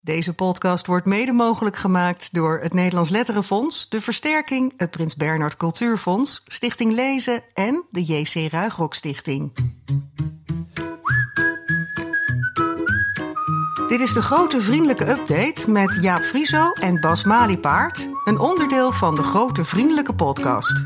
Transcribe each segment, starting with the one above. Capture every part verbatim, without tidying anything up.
Deze podcast wordt mede mogelijk gemaakt door het Nederlands Letterenfonds, de Versterking, het Prins Bernhard Cultuurfonds, Stichting Lezen en de J C Ruigrok Stichting. Dit is de grote vriendelijke update met Jaap Frieso en Bas Maliepaard, een onderdeel van de grote vriendelijke podcast.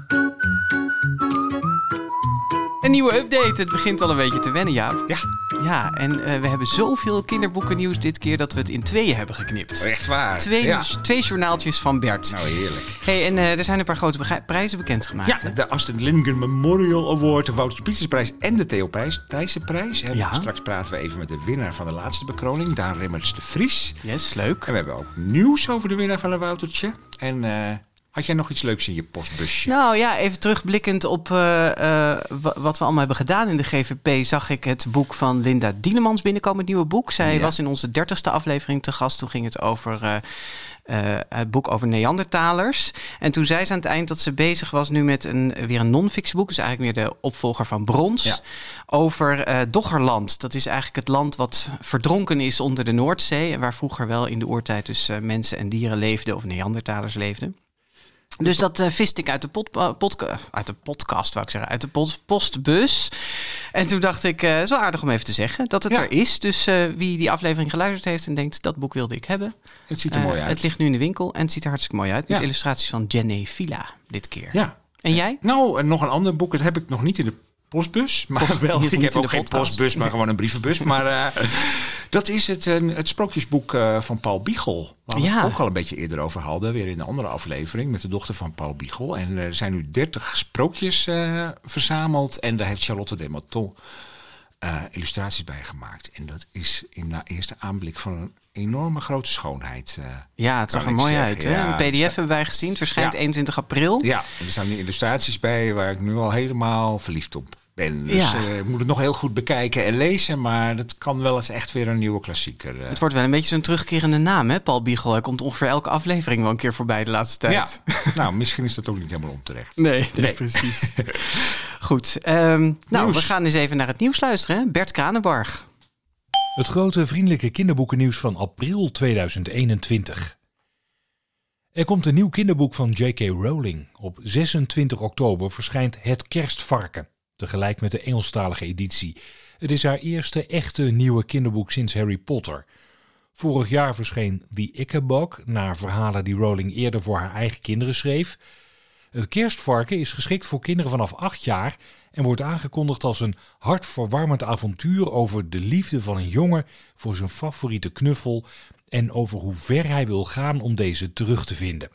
Een nieuwe update. Het begint al een beetje te wennen, Jaap. Ja. Ja, en uh, we hebben zoveel kinderboekennieuws dit keer dat we het in tweeën hebben geknipt. Echt waar. Twee, ja. twee journaaltjes van Bert. Nou, heerlijk. Hey, en uh, er zijn een paar grote bega- prijzen bekendgemaakt. Ja, hè? de Astrid Lindgren Memorial Award, de Wouter Pietersprijs en de Theo Thijssenprijs. Ja. Straks praten we even met de winnaar van de laatste bekroning, Daan Remmerts de Vries. Yes, leuk. En we hebben ook nieuws over de winnaar van een Woutertje. En uh, had jij nog iets leuks in je postbusje? Nou ja, even terugblikkend op uh, uh, wat we allemaal hebben gedaan in de G V P, zag ik het boek van Linda Dielemans binnenkomen, het nieuwe boek. Zij ja. was in onze dertigste aflevering te gast. Toen ging het over uh, uh, het boek over Neandertalers. En toen zei ze aan het eind dat ze bezig was nu met een, weer een non-fictieboek. Dus eigenlijk weer de opvolger van Brons. Ja. Over uh, Doggerland. Dat is eigenlijk het land wat verdronken is onder de Noordzee. En waar vroeger wel in de oertijd dus uh, mensen en dieren leefden, of Neandertalers leefden. Dus dat uh, viste ik uit de, pod, uh, podca- uit de podcast, wou ik zeggen, uit de pod, postbus. En toen dacht ik, uh, zo aardig om even te zeggen, dat het ja. er is. Dus uh, wie die aflevering geluisterd heeft en denkt, dat boek wilde ik hebben. Het ziet er uh, mooi uit. Het ligt nu in de winkel en het ziet er hartstikke mooi uit. Met ja. illustraties van Jenny Villa dit keer. Ja. En jij? Nou, nog een ander boek, dat heb ik nog niet in de postbus. Maar Post, wel, ik heb ook geen podcast. postbus, maar gewoon een brievenbus. Maar uh, dat is het, uh, het sprookjesboek uh, van Paul Biegel. Waar we ja. het ook al een beetje eerder over hadden. Weer in een andere aflevering met de dochter van Paul Biegel. En uh, er zijn nu dertig sprookjes uh, verzameld. En daar heeft Charlotte de Motton uh, illustraties bij gemaakt. En dat is in na eerste aanblik van een enorme grote schoonheid. Uh, ja, het zag er mooi zeggen. uit. Hè? Ja, een P D F sta- hebben wij gezien. Het verschijnt ja. eenentwintig april. Ja, en er staan die illustraties bij waar ik nu al helemaal verliefd op ben. Dus ja. uh, ik moet het nog heel goed bekijken en lezen. Maar dat kan wel eens echt weer een nieuwe klassieker. Uh. Het wordt wel een beetje zo'n terugkerende naam, hè, Paul Biegel. Hij komt ongeveer elke aflevering wel een keer voorbij de laatste tijd. Ja, nou, misschien is dat ook niet helemaal onterecht. Nee, nee, nee. precies. Goed, um, nou, we gaan eens even naar het nieuws luisteren. Hè? Bert Kranenbarg. Het grote vriendelijke kinderboekennieuws van april tweeduizend eenentwintig. Er komt een nieuw kinderboek van J K Rowling. Op zesentwintig oktober verschijnt Het Kerstvarken, tegelijk met de Engelstalige editie. Het is haar eerste echte nieuwe kinderboek sinds Harry Potter. Vorig jaar verscheen The Ickabog, naar verhalen die Rowling eerder voor haar eigen kinderen schreef. Het Kerstvarken is geschikt voor kinderen vanaf acht jaar en wordt aangekondigd als een hartverwarmend avontuur over de liefde van een jongen voor zijn favoriete knuffel en over hoe ver hij wil gaan om deze terug te vinden.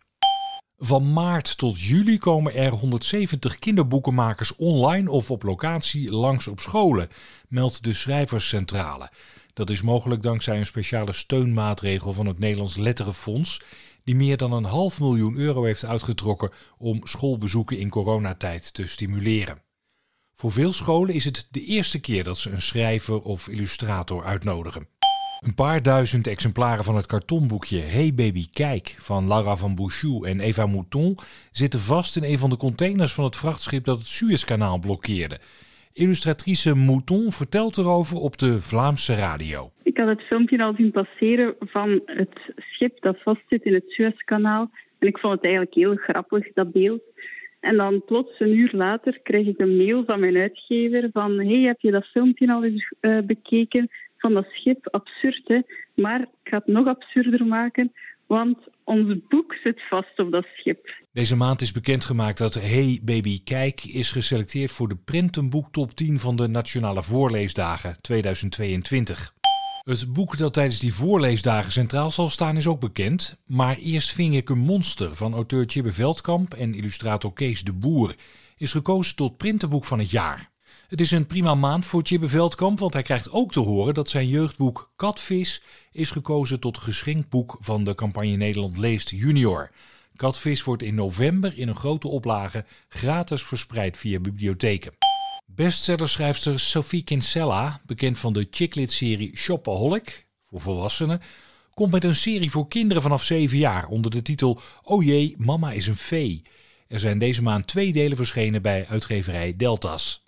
Van maart tot juli komen er honderdzeventig kinderboekenmakers online of op locatie langs op scholen, meldt de Schrijverscentrale. Dat is mogelijk dankzij een speciale steunmaatregel van het Nederlands Letterenfonds, die meer dan een half miljoen euro heeft uitgetrokken om schoolbezoeken in coronatijd te stimuleren. Voor veel scholen is het de eerste keer dat ze een schrijver of illustrator uitnodigen. Een paar duizend exemplaren van het kartonboekje Hey Baby Kijk van Laura van Bouchou en Eva Mouton zitten vast in een van de containers van het vrachtschip dat het Suezkanaal blokkeerde. Illustratrice Mouton vertelt erover op de Vlaamse radio. Ik had het filmpje al zien passeren van het schip dat vastzit in het Suezkanaal. En ik vond het eigenlijk heel grappig, dat beeld. En dan plots een uur later kreeg ik een mail van mijn uitgever van hey, heb je dat filmpje al eens uh, bekeken van dat schip? Absurd, hè? Maar ik ga het nog absurder maken, want ons boek zit vast op dat schip. Deze maand is bekendgemaakt dat Hey Baby Kijk is geselecteerd voor de Prentenboek Top tien van de Nationale Voorleesdagen tweeduizend tweeëntwintig. Het boek dat tijdens die voorleesdagen centraal zal staan is ook bekend. Maar eerst ving ik een monster van auteur Tjibbe Veldkamp en illustrator Kees de Boer is gekozen tot printenboek van het jaar. Het is een prima maand voor Tjibbe Veldkamp, want hij krijgt ook te horen dat zijn jeugdboek Katvis is gekozen tot geschenkboek van de campagne Nederland Leest Junior. Katvis wordt in november in een grote oplage gratis verspreid via bibliotheken. Bestsellerschrijfster Sophie Kinsella, bekend van de chicklit-serie Shopaholic, voor volwassenen, komt met een serie voor kinderen vanaf zeven jaar onder de titel Oh jee, mama is een fee. Er zijn deze maand twee delen verschenen bij uitgeverij Deltas.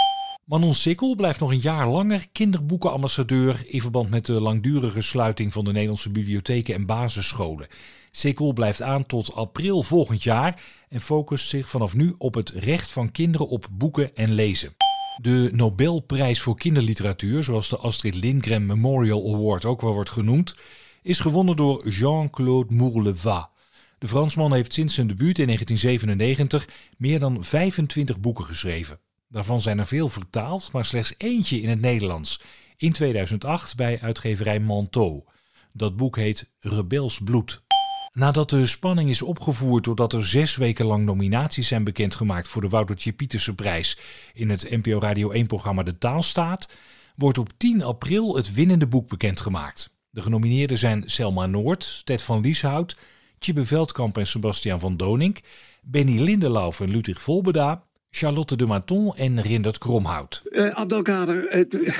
Manon Sikkel blijft nog een jaar langer kinderboekenambassadeur in verband met de langdurige sluiting van de Nederlandse bibliotheken en basisscholen. Sikkel blijft aan tot april volgend jaar en focust zich vanaf nu op het recht van kinderen op boeken en lezen. De Nobelprijs voor kinderliteratuur, zoals de Astrid Lindgren Memorial Award ook wel wordt genoemd, is gewonnen door Jean-Claude Mourleva. De Fransman heeft sinds zijn debuut in negentien zevenennegentig meer dan vijfentwintig boeken geschreven. Daarvan zijn er veel vertaald, maar slechts eentje in het Nederlands. In tweeduizend acht bij uitgeverij Manteau. Dat boek heet Rebels Bloed. Nadat de spanning is opgevoerd doordat er zes weken lang nominaties zijn bekendgemaakt voor de Woutertje Pieterse prijs in het N P O Radio één-programma De Taalstaat, wordt op tien april het winnende boek bekendgemaakt. De genomineerden zijn Selma Noord, Ted van Lieshout, Tjibbe Veldkamp en Sebastiaan van Donink, Benny Lindelauf en Ludwig Volbeda, Charlotte de Maton en Rindert Kromhout. Uh, Abdelkader, uh, uh,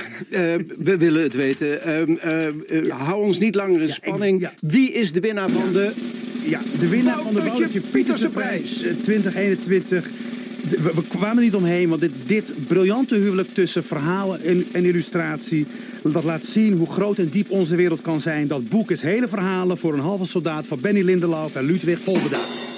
we willen het weten. Uh, uh, uh, hou ons niet langer in ja, spanning. Ik, ja. Wie is de winnaar van de... Ja, de winnaar van de Woutertje Pieterse prijs uh, twintig eenentwintig. We, we kwamen niet omheen, want dit, dit briljante huwelijk tussen verhalen en, en illustratie, dat laat zien hoe groot en diep onze wereld kan zijn. Dat boek is hele verhalen voor een halve soldaat van Benny Lindelauf en Ludwig Volbeda.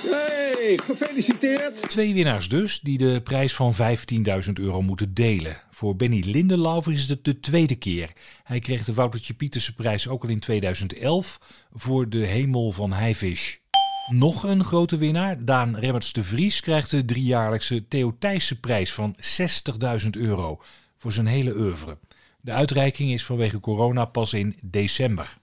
Hey, gefeliciteerd! Twee winnaars dus, die de prijs van vijftienduizend euro moeten delen. Voor Benny Lindelauf is het de tweede keer. Hij kreeg de Woutertje Pieterse prijs ook al in tweeduizend elf voor De Hemel van Heivisch. Nog een grote winnaar, Daan Remmerts de Vries, krijgt de driejaarlijkse Theo Thijsse prijs van zestigduizend euro voor zijn hele oeuvre. De uitreiking is vanwege corona pas in december.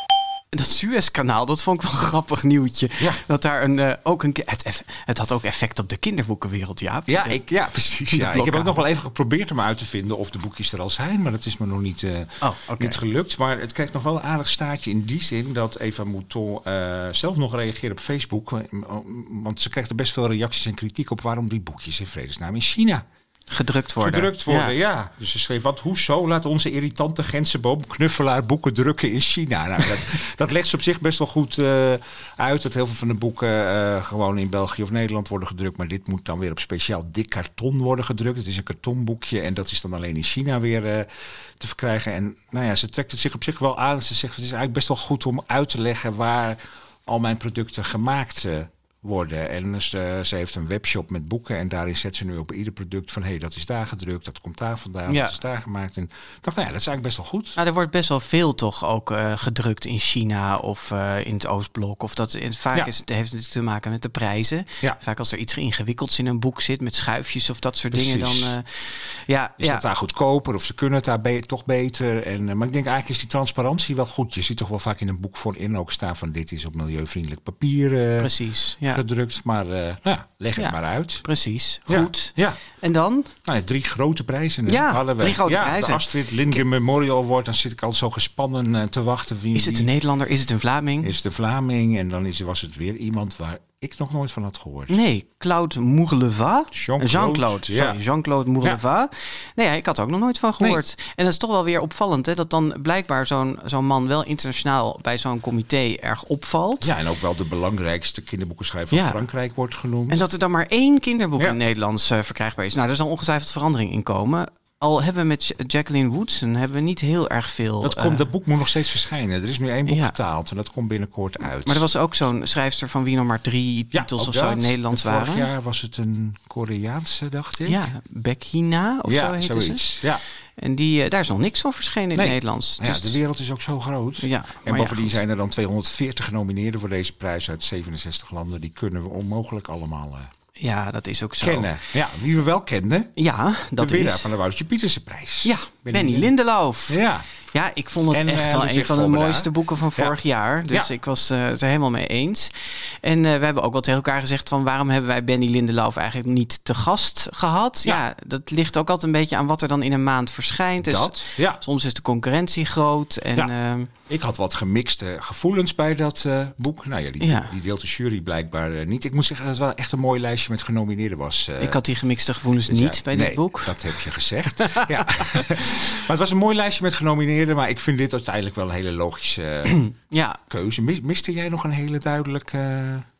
Dat Suezkanaal, dat vond ik wel een grappig nieuwtje. Ja. Dat daar een, uh, ook een het, het had ook effect op de kinderboekenwereld, Jaap. Ja, ik, ja precies. Ja. Ik heb ook nog wel even geprobeerd om uit te vinden of de boekjes er al zijn. Maar dat is me nog niet, uh, oh, okay. niet gelukt. Maar het krijgt nog wel een aardig staartje in die zin dat Eva Mouton uh, zelf nog reageert op Facebook. Want ze krijgt er best veel reacties en kritiek op waarom die boekjes in vredesnaam in China gedrukt worden. Gedrukt worden, ja. ja. Dus ze schreef, wat, hoezo laat onze irritante Gentseboom knuffelaar boeken drukken in China? Nou, dat, dat legt ze op zich best wel goed uh, uit. Dat heel veel van de boeken uh, gewoon in België of Nederland worden gedrukt. Maar dit moet dan weer op speciaal dik karton worden gedrukt. Het is een kartonboekje en dat is dan alleen in China weer uh, te verkrijgen. En nou ja, ze trekt het zich op zich wel aan. Ze zegt, het is eigenlijk best wel goed om uit te leggen waar al mijn producten gemaakt uh, worden. En dus, uh, ze heeft een webshop met boeken en daarin zet ze nu op ieder product van hé, hey, dat is daar gedrukt, dat komt daar vandaan, ja. dat is daar gemaakt. En ik dacht, nou ja, dat is eigenlijk best wel goed. Nou, er wordt best wel veel toch ook uh, gedrukt in China of uh, in het Oostblok. Of dat vaak ja. is, het heeft natuurlijk te maken met de prijzen. Ja. Vaak als er iets ingewikkelds in een boek zit met schuifjes of dat soort Precies. dingen, dan uh, ja, is ja. dat daar goedkoper of ze kunnen het daar be- toch beter. En, uh, maar ik denk eigenlijk is die transparantie wel goed. Je ziet toch wel vaak in een boek voorin ook staan van dit is op milieuvriendelijk papier uh, Precies, ja. gedrukt. Maar uh, nou ja, leg het ja, maar uit. Precies, goed. Ja. ja. En dan? Nou, ja, drie grote prijzen. Ja, hadden we. drie grote ja, prijzen. De Astrid Lindgren Memorial Award. Dan zit ik altijd zo gespannen uh, te wachten. Wie, is het een Nederlander? Is het een Vlaming? Is het een Vlaming? En dan is, was het weer iemand waar ik nog nooit van had gehoord. Nee, Claude Mourleva. Jean-Claude. Jean-Claude, sorry, ja. Jean-Claude Mourleva. Ja. Nee, ja, ik had er ook nog nooit van gehoord. Nee. En dat is toch wel weer opvallend, hè, dat dan blijkbaar zo'n, zo'n man wel internationaal bij zo'n comité erg opvalt. Ja, en ook wel de belangrijkste kinderboekenschrijver van ja. Frankrijk wordt genoemd. En dat er dan maar één kinderboek ja. in Nederlands uh, verkrijgbaar is. Nou, er zal ongetwijfeld verandering in komen. Al hebben we met Jacqueline Woodson hebben we niet heel erg veel. Dat, komt, uh, dat boek moet nog steeds verschijnen. Er is nu één boek ja. vertaald en dat komt binnenkort uit. Maar er was ook zo'n schrijfster van wie nog maar drie ja, titels of zo in Nederlands waren. Vorig jaar was het een Koreaanse, dacht ik. Ja, Bekhina of ja, zo heette zoiets. ze. Ja. En die, uh, daar is nog niks van verschenen in nee. het Nederlands. Ja, dus de wereld is ook zo groot. Ja, en bovendien ja, zijn er dan tweehonderdveertig genomineerden voor deze prijs uit zevenenzestig landen. Die kunnen we onmogelijk allemaal Uh, Ja, dat is ook zo. Kennen. Ja, wie we wel kenden. Ja, dat de winnaar is van de Woutertje Pieterse prijs. Ja, Benny, Benny Lindelauf. Ja. Ja, ik vond het en, echt wel uh, een van de mooiste boeken van vorig ja. jaar. Dus ja. ik was uh, het er helemaal mee eens. En uh, we hebben ook wel tegen elkaar gezegd van waarom hebben wij Benny Lindelauf eigenlijk niet te gast gehad? Ja. ja, dat ligt ook altijd een beetje aan wat er dan in een maand verschijnt. Dus dat, ja. soms is de concurrentie groot. En, ja. uh, ik had wat gemixte gevoelens bij dat uh, boek. Nou ja, die, ja. die deelt de jury blijkbaar uh, niet. Ik moet zeggen dat het wel echt een mooi lijstje met genomineerden was. Uh, ik had die gemixte gevoelens dus niet ja, bij nee, dit boek. Dat heb je gezegd. ja. Maar het was een mooi lijstje met genomineerden. Maar ik vind dit uiteindelijk wel een hele logische uh, ja. keuze. Mis, miste jij nog een hele duidelijke Uh,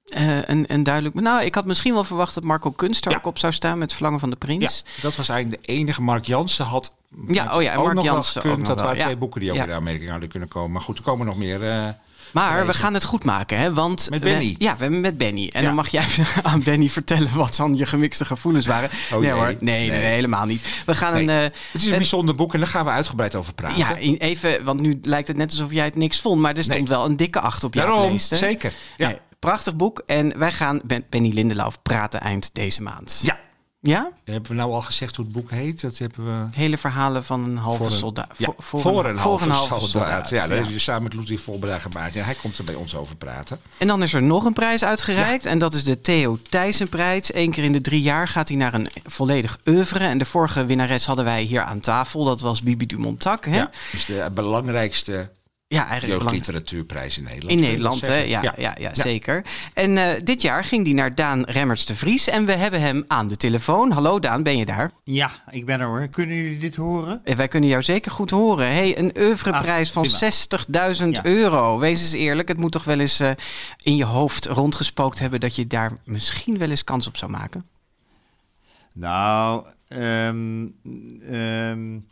Uh, een, een duidelijk... Nou, ik had misschien wel verwacht dat Marco Kunst er ja. ook op zou staan met Verlangen van de Prins. Ja, dat was eigenlijk de enige. Mark Jansen had... Ja, oh ja, en Mark Jansen ook nog Dat wel. waren twee ja. boeken die ook ja. in de Amerika hadden kunnen komen. Maar goed, er komen nog meer... Uh, maar reizen. we gaan het goed maken, hè? Want met Benny. We, ja, we hebben met Benny. En ja. dan mag jij aan Benny vertellen wat dan je gemixte gevoelens waren. Oh, nee nee. hoor, nee, nee, nee, helemaal niet. We gaan nee. een... Uh, het is een het, bijzonder boek en daar gaan we uitgebreid over praten. Ja, even, want nu lijkt het net alsof jij het niks vond. Maar er stond nee. wel een dikke acht op jouw Daarom, lijst. Hè? Zeker. Ja. Nee, prachtig boek. En wij gaan met Benny Lindelauf praten eind deze maand. Ja. Ja? Hebben we nou al gezegd hoe het boek heet? Dat hebben we... Hele verhalen van een halve soldaat. Ja, voor, voor, voor een, een halve, halve soldaat. soldaat. Ja, dat ja. is dus samen met Ludwig Volberg gemaakt. En hij komt er bij ons over praten. En dan is er nog een prijs uitgereikt. Ja. En dat is de Theo Thijssenprijs. Eén keer in de drie jaar gaat hij naar een volledig oeuvre. En de vorige winnares hadden wij hier aan tafel. Dat was Bibi Dumontac. Hè? Ja, is de belangrijkste... Ja, eigenlijk jeugdliteratuurprijs in Nederland. In Nederland, hè? Ja, ja. Ja, ja, ja, zeker. En uh, dit jaar ging die naar Daan Remmers de Vries. En we hebben hem aan de telefoon. Hallo Daan, ben je daar? Ja, ik ben er hoor. Kunnen jullie dit horen? En wij kunnen jou zeker goed horen. Hey, een oeuvreprijs ah, van zestigduizend ja. euro. Wees eens eerlijk, het moet toch wel eens uh, in je hoofd rondgespookt hebben... dat je daar misschien wel eens kans op zou maken? Nou, um, um,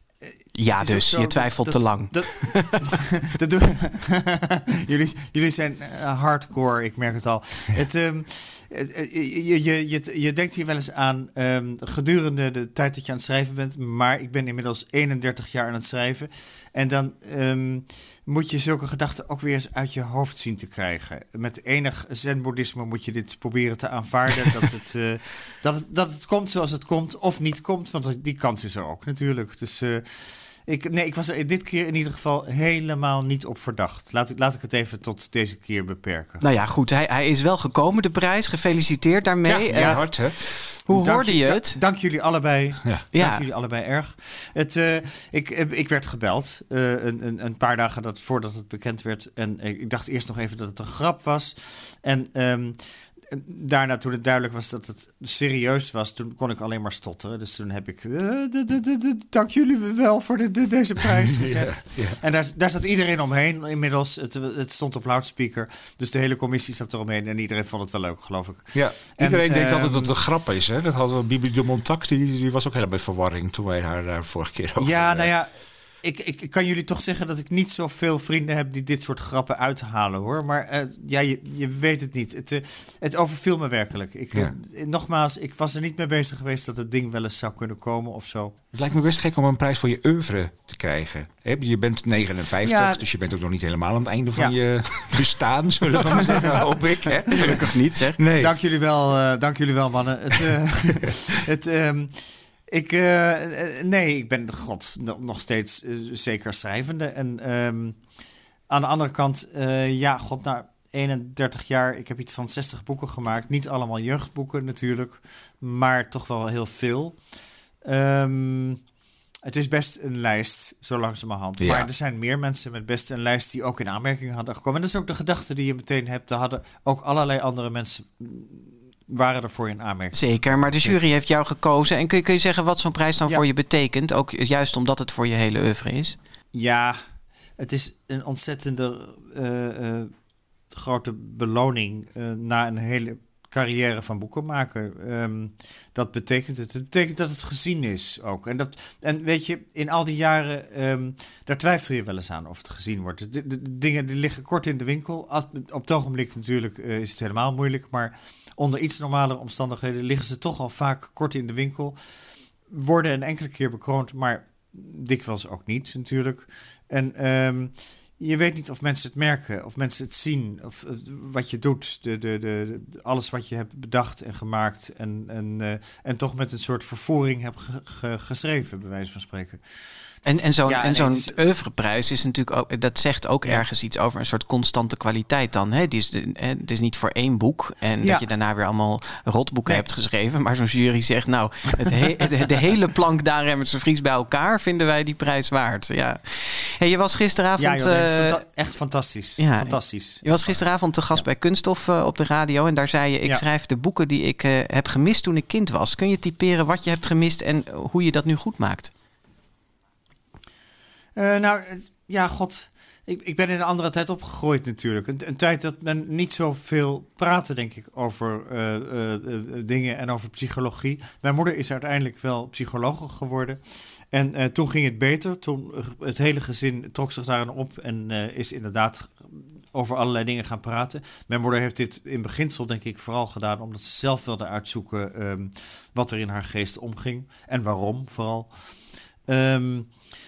Ja, dus zo, je twijfelt dat, te lang. Dat, dat, dat jullie, jullie zijn uh, hardcore, ik merk het al. Het, um, het, je, je, je, je denkt hier wel eens aan um, gedurende de tijd dat je aan het schrijven bent. Maar ik ben inmiddels eenendertig jaar aan het schrijven. En dan um, moet je zulke gedachten ook weer eens uit je hoofd zien te krijgen. Met enig zen-boeddhisme moet je dit proberen te aanvaarden. dat, het, uh, dat, het, dat het komt zoals het komt of niet komt. Want die kans is er ook natuurlijk. Dus... Uh, Ik, nee, ik was er dit keer in ieder geval helemaal niet op verdacht. Laat ik, laat ik het even tot deze keer beperken. Nou ja, goed. Hij, hij is wel gekomen, de prijs. Gefeliciteerd daarmee. Ja, ja uh, hard hè. Hoe dank, hoorde je het? Dank, dank jullie allebei. Ja. Dank ja. jullie allebei erg. Het, uh, ik, ik werd gebeld uh, een, een, een paar dagen dat, voordat het bekend werd. En ik dacht eerst nog even dat het een grap was. En... Um, Daarna, toen het duidelijk was dat het serieus was, toen kon ik alleen maar stotteren. Dus toen heb ik, uh, de, de, de, de, dank jullie wel voor de, de, deze prijs gezegd. Ja, ja. En daar, daar zat iedereen omheen inmiddels. Het, het stond op loudspeaker. Dus de hele commissie zat eromheen en iedereen vond het wel leuk, geloof ik. Ja, iedereen en, denkt uh, altijd dat het een grap is. Hè? Dat hadden we Bibi Dumontac, die, die was ook helemaal bij verwarring toen wij haar daar vorige keer over. Ja, nou ja. Ik, ik kan jullie toch zeggen dat ik niet zoveel vrienden heb die dit soort grappen uithalen, hoor. Maar uh, ja, je, je weet het niet. Het, uh, het overviel me werkelijk. Ik, ja. uh, nogmaals, ik was er niet mee bezig geweest dat het ding wel eens zou kunnen komen of zo. Het lijkt me best gek om een prijs voor je oeuvre te krijgen. Je bent negenenvijftig, ja. dus je bent ook nog niet helemaal aan het einde van ja. je bestaan, zullen we maar zeggen, hoop ik. Hè? Gelukkig niet, zeg. Nee. Dank jullie wel, uh, dank jullie wel, mannen. Het... Uh, het um, Ik, uh, nee, ik ben god, nog steeds uh, zeker schrijvende. En um, aan de andere kant, uh, ja, god, na eenendertig jaar, ik heb iets van zestig boeken gemaakt. Niet allemaal jeugdboeken natuurlijk, maar toch wel heel veel. Um, het is best een lijst, zo langzamerhand. Ja. Maar er zijn meer mensen met best een lijst die ook in aanmerking hadden gekomen. En dat is ook de gedachte die je meteen hebt. Er hadden ook allerlei andere mensen... waren er voor je in aanmerking. Zeker, maar de jury heeft jou gekozen. En kun je, kun je zeggen wat zo'n prijs dan ja. voor je betekent? Ook juist omdat het voor je hele oeuvre is? Ja, het is een ontzettende uh, uh, grote beloning uh, na een hele carrière van boekenmaker. Um, dat betekent het. Het betekent dat het gezien is ook. En, dat, en weet je, in al die jaren, um, daar twijfel je wel eens aan of het gezien wordt. De, de, de dingen die liggen kort in de winkel. Op het ogenblik natuurlijk uh, is het helemaal moeilijk, maar... onder iets normalere omstandigheden liggen ze toch al vaak kort in de winkel. Worden een enkele keer bekroond, maar dikwijls ook niet natuurlijk. En um, je weet niet of mensen het merken, of mensen het zien, of uh, wat je doet. De, de, de, de, alles wat je hebt bedacht en gemaakt en, en, uh, en toch met een soort vervoering hebt ge, ge, geschreven, bij wijze van spreken. En, en zo'n, ja, en zo'n is, oeuvreprijs is natuurlijk ook, dat zegt ook ja. ergens iets over een soort constante kwaliteit dan. Hè? Het, is, het is niet voor één boek en ja. dat je daarna weer allemaal rotboeken nee. hebt geschreven. Maar zo'n jury zegt, nou, het he, de, de hele plank Daan Remmers de Vries bij elkaar vinden wij die prijs waard. Ja. Hey, je was gisteravond... Ja, joh, dat is uh, fanta- echt fantastisch. Ja, fantastisch. Je was gisteravond te gast ja. bij Kunststof uh, op de radio en daar zei je, ik ja. schrijf de boeken die ik uh, heb gemist toen ik kind was. Kun je typeren wat je hebt gemist en hoe je dat nu goed maakt? Uh, nou, ja, god... Ik, ik ben in een andere tijd opgegroeid natuurlijk. Een, een tijd dat men niet zoveel praatte, denk ik, over uh, uh, uh, dingen en over psychologie. Mijn moeder is uiteindelijk wel psycholoog geworden. En uh, toen ging het beter. Toen uh, het hele gezin trok zich daarin op en uh, is inderdaad over allerlei dingen gaan praten. Mijn moeder heeft dit in beginsel, denk ik, vooral gedaan omdat ze zelf wilde uitzoeken um, wat er in haar geest omging. En waarom vooral. Um,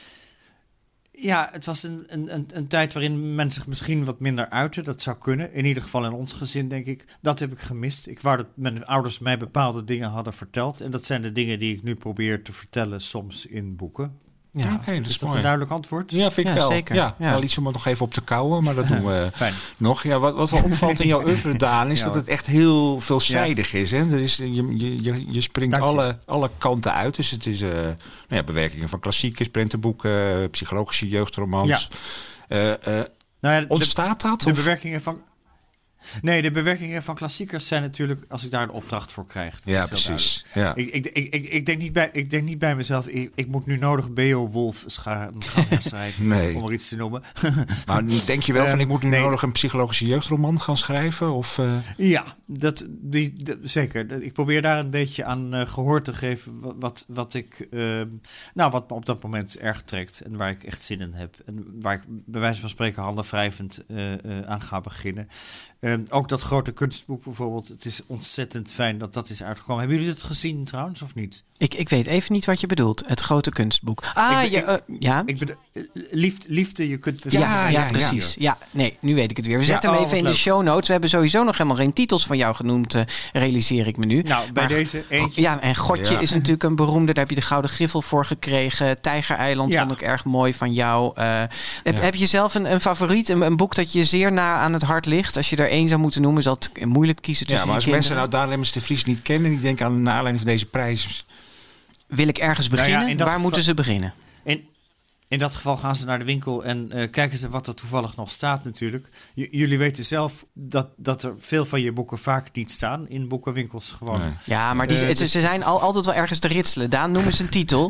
Ja, het was een, een, een tijd waarin men zich misschien wat minder uitte. Dat zou kunnen. In ieder geval in ons gezin, denk ik. Dat heb ik gemist. Ik wou dat mijn ouders mij bepaalde dingen hadden verteld. En dat zijn de dingen die ik nu probeer te vertellen, soms in boeken. Ja, okay, dat is, is dat mooi. een duidelijk antwoord? Ja, vind ik ja, wel. Zeker. Ja, ja. wel iets om er nog even op te kouwen, maar dat doen we Fijn. nog. Ja, wat, wat wel opvalt in jouw oeuvre, Daan, is ja, dat het echt heel veelzijdig ja. is. Hè? Er is je, je, je, je springt alle, alle kanten uit. Dus het is uh, nou ja, bewerkingen van klassiekers, prentenboeken, psychologische jeugdromans. Ja. Uh, uh, nou ja, ontstaat de, dat? De of? bewerkingen van... Nee, de bewerkingen van klassiekers zijn natuurlijk als ik daar een opdracht voor krijg. Ja, precies. Ja. Ik, ik, ik, ik, ik, denk niet bij, ik denk niet bij mezelf, ik, ik moet nu nodig Beowulf gaan, gaan herschrijven, nee. om er iets te noemen. Maar denk je wel van, ik moet nu nee. nodig een psychologische jeugdroman gaan schrijven? Of, uh... Ja, dat, die, dat, zeker. Ik probeer daar een beetje aan uh, gehoor te geven wat, wat ik, uh, nou, wat me op dat moment erg trekt en waar ik echt zin in heb. En waar ik bij wijze van spreken handen wrijvend uh, uh, aan ga beginnen. Uh, ook dat grote kunstboek bijvoorbeeld. Het is ontzettend fijn dat dat is uitgekomen. Hebben jullie het gezien trouwens of niet? Ik, ik weet even niet wat je bedoelt. Het grote kunstboek. Ah, ik, je, ik, uh, ja. Ik bedoel, liefde, liefde, je kunt... Ja, ja, ja, ja, precies. Ja, nee, nu weet ik het weer. We ja, zetten hem oh, even in leuk. de show notes. We hebben sowieso nog helemaal geen titels van jou genoemd, uh, realiseer ik me nu. Nou, bij maar, deze eentje. Ja, en Godje ja. is natuurlijk een beroemde. Daar heb je de Gouden Griffel voor gekregen. Tijgereiland ja. vond ik erg mooi van jou. Uh, heb, ja. heb je zelf een, een favoriet? Een, een boek dat je zeer na aan het hart ligt? Als je er één zou moeten noemen, is dat moeilijk kiezen tussen Ja, maar als je mensen kinderen. nou Daan Lemmens de Vries niet kennen, die denken aan naar aanleiding van deze prijs. Wil ik ergens beginnen? Nou ja, Waar geval, moeten ze beginnen? In, in dat geval gaan ze naar de winkel en uh, kijken ze wat er toevallig nog staat natuurlijk. J- jullie weten zelf dat, dat er veel van je boeken vaak niet staan in boekenwinkels gewoon. Nee. Ja, maar die, uh, ze, dus, ze zijn al, altijd wel ergens te ritselen. Daan, noem eens een titel.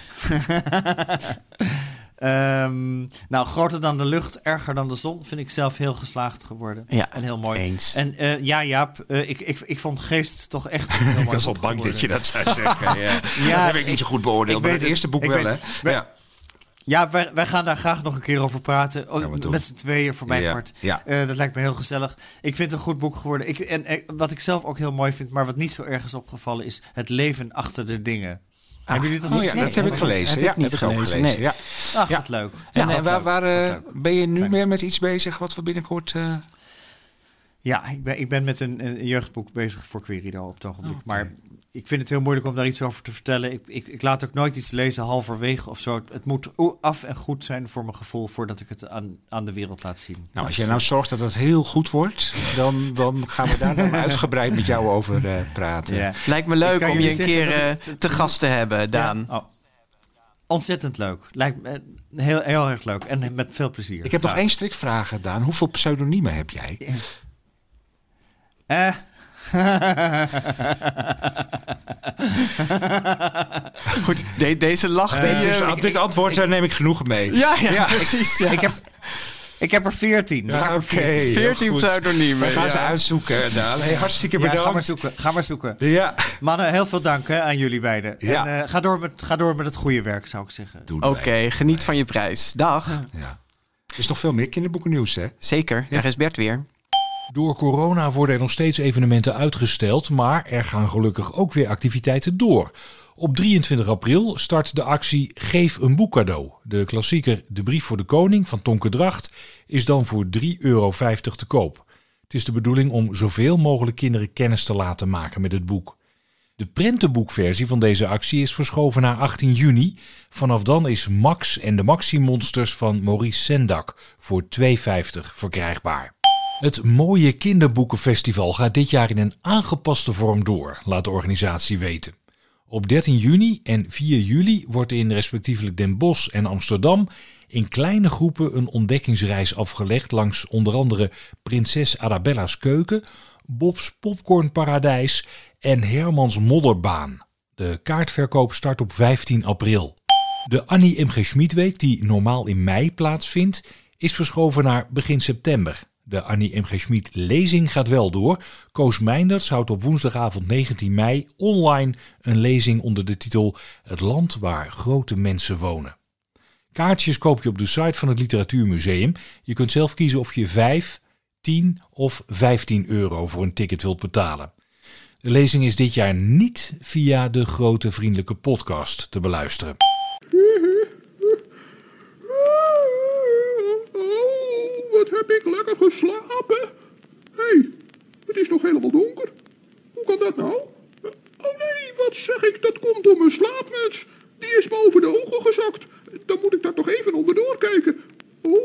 Um, nou, groter dan de lucht, erger dan de zon, vind ik zelf heel geslaagd geworden. Ja, en heel mooi. Eens. En uh, ja, Jaap, uh, ik, ik, ik vond Geest toch echt heel mooi. Ik was al bang geworden. Dat je dat zou zeggen. Ja. Ja, dat heb ik niet zo goed beoordeeld. Maar het eerste boek wel, weet, hè? Wij, ja, ja wij, wij gaan daar graag nog een keer over praten. Oh, ja, met z'n tweeën, voor mijn ja, part. Ja. Uh, dat lijkt me heel gezellig. Ik vind het een goed boek geworden. Ik, en, en wat ik zelf ook heel mooi vind, maar wat niet zo erg is opgevallen, is het leven achter de dingen. Ah, hebben jullie dat oh niet ja, nee, dat heb ik gelezen. Heb ja, ik niet heb ik gelezen. gelezen. Nee. Ja. Ach, ja. wat leuk. En ja, uh, waar, waar uh, ben je nu Fijn. meer met iets bezig wat we binnenkort... Uh... Ja, ik ben, ik ben met een, een jeugdboek bezig voor Querido op het ogenblik. Okay. Maar ik vind het heel moeilijk om daar iets over te vertellen. Ik, ik, ik laat ook nooit iets lezen halverwege of zo. Het, het moet af en goed zijn voor mijn gevoel voordat ik het aan, aan de wereld laat zien. Nou, als jij nou zorgt dat het heel goed wordt, dan, dan gaan we daar dan uitgebreid met jou over uh, praten. Ja. Lijkt me leuk om je een keer uh, te gast te hebben, Daan. Ja, oh. Ontzettend leuk. Lijkt me heel, heel erg leuk. En met veel plezier. Ik heb Vaak. nog één strikvraag gedaan. Hoeveel pseudoniemen heb jij? Eh... Goed, de, deze lach. Uh, die, dus uh, dit ik, antwoord ik, neem ik genoeg mee. Ja, ja, ja precies. Ja. Ik heb, ik heb er veertien. Ja, Oké. Okay, veertien pseudoniemen. We gaan ja. ze uitzoeken. Daan. Hey, hartstikke bedankt. Ja, ga maar zoeken. Ga maar zoeken. Ja. Mannen, heel veel dank hè, aan jullie beiden. Ja. En uh, ga, door met, ga door met het goede werk, zou ik zeggen. Oké, okay, geniet van je prijs. Dag. Ja. Er is nog veel meer kinderboekennieuws, hè? Zeker, ja. Daar is Bert weer. Door corona worden er nog steeds evenementen uitgesteld, maar er gaan gelukkig ook weer activiteiten door. Op drieëntwintig april start de actie Geef een boek cadeau. De klassieker De Brief voor de Koning van Tonke Dracht is dan voor drie euro vijftig te koop. Het is de bedoeling om zoveel mogelijk kinderen kennis te laten maken met het boek. De prentenboekversie van deze actie is verschoven naar achttien juni. Vanaf dan is Max en de Maxi-monsters van Maurice Sendak voor twee euro vijftig verkrijgbaar. Het Mooie Kinderboekenfestival gaat dit jaar in een aangepaste vorm door, laat de organisatie weten. Op dertien juni en vier juli wordt in respectievelijk Den Bosch en Amsterdam in kleine groepen een ontdekkingsreis afgelegd langs onder andere Prinses Arabella's Keuken, Bob's Popcornparadijs en Hermans Modderbaan. De kaartverkoop start op vijftien april. De Annie M G Schmid-week, die normaal in mei plaatsvindt, is verschoven naar begin september. De Annie M G Schmid-lezing gaat wel door. Koos Meinders houdt op woensdagavond negentien mei online een lezing onder de titel Het land waar grote mensen wonen. Kaartjes koop je op de site van het Literatuurmuseum. Je kunt zelf kiezen of je vijf, tien of vijftien euro voor een ticket wilt betalen. De lezing is dit jaar niet via de Grote Vriendelijke Podcast te beluisteren. Wat heb ik lekker geslapen. Hé, hey, het is nog helemaal donker. Hoe kan dat nou? Oh nee, wat zeg ik, dat komt door mijn slaapmuts. Die is me over de ogen gezakt. Dan moet ik daar toch even onderdoor kijken. Oh,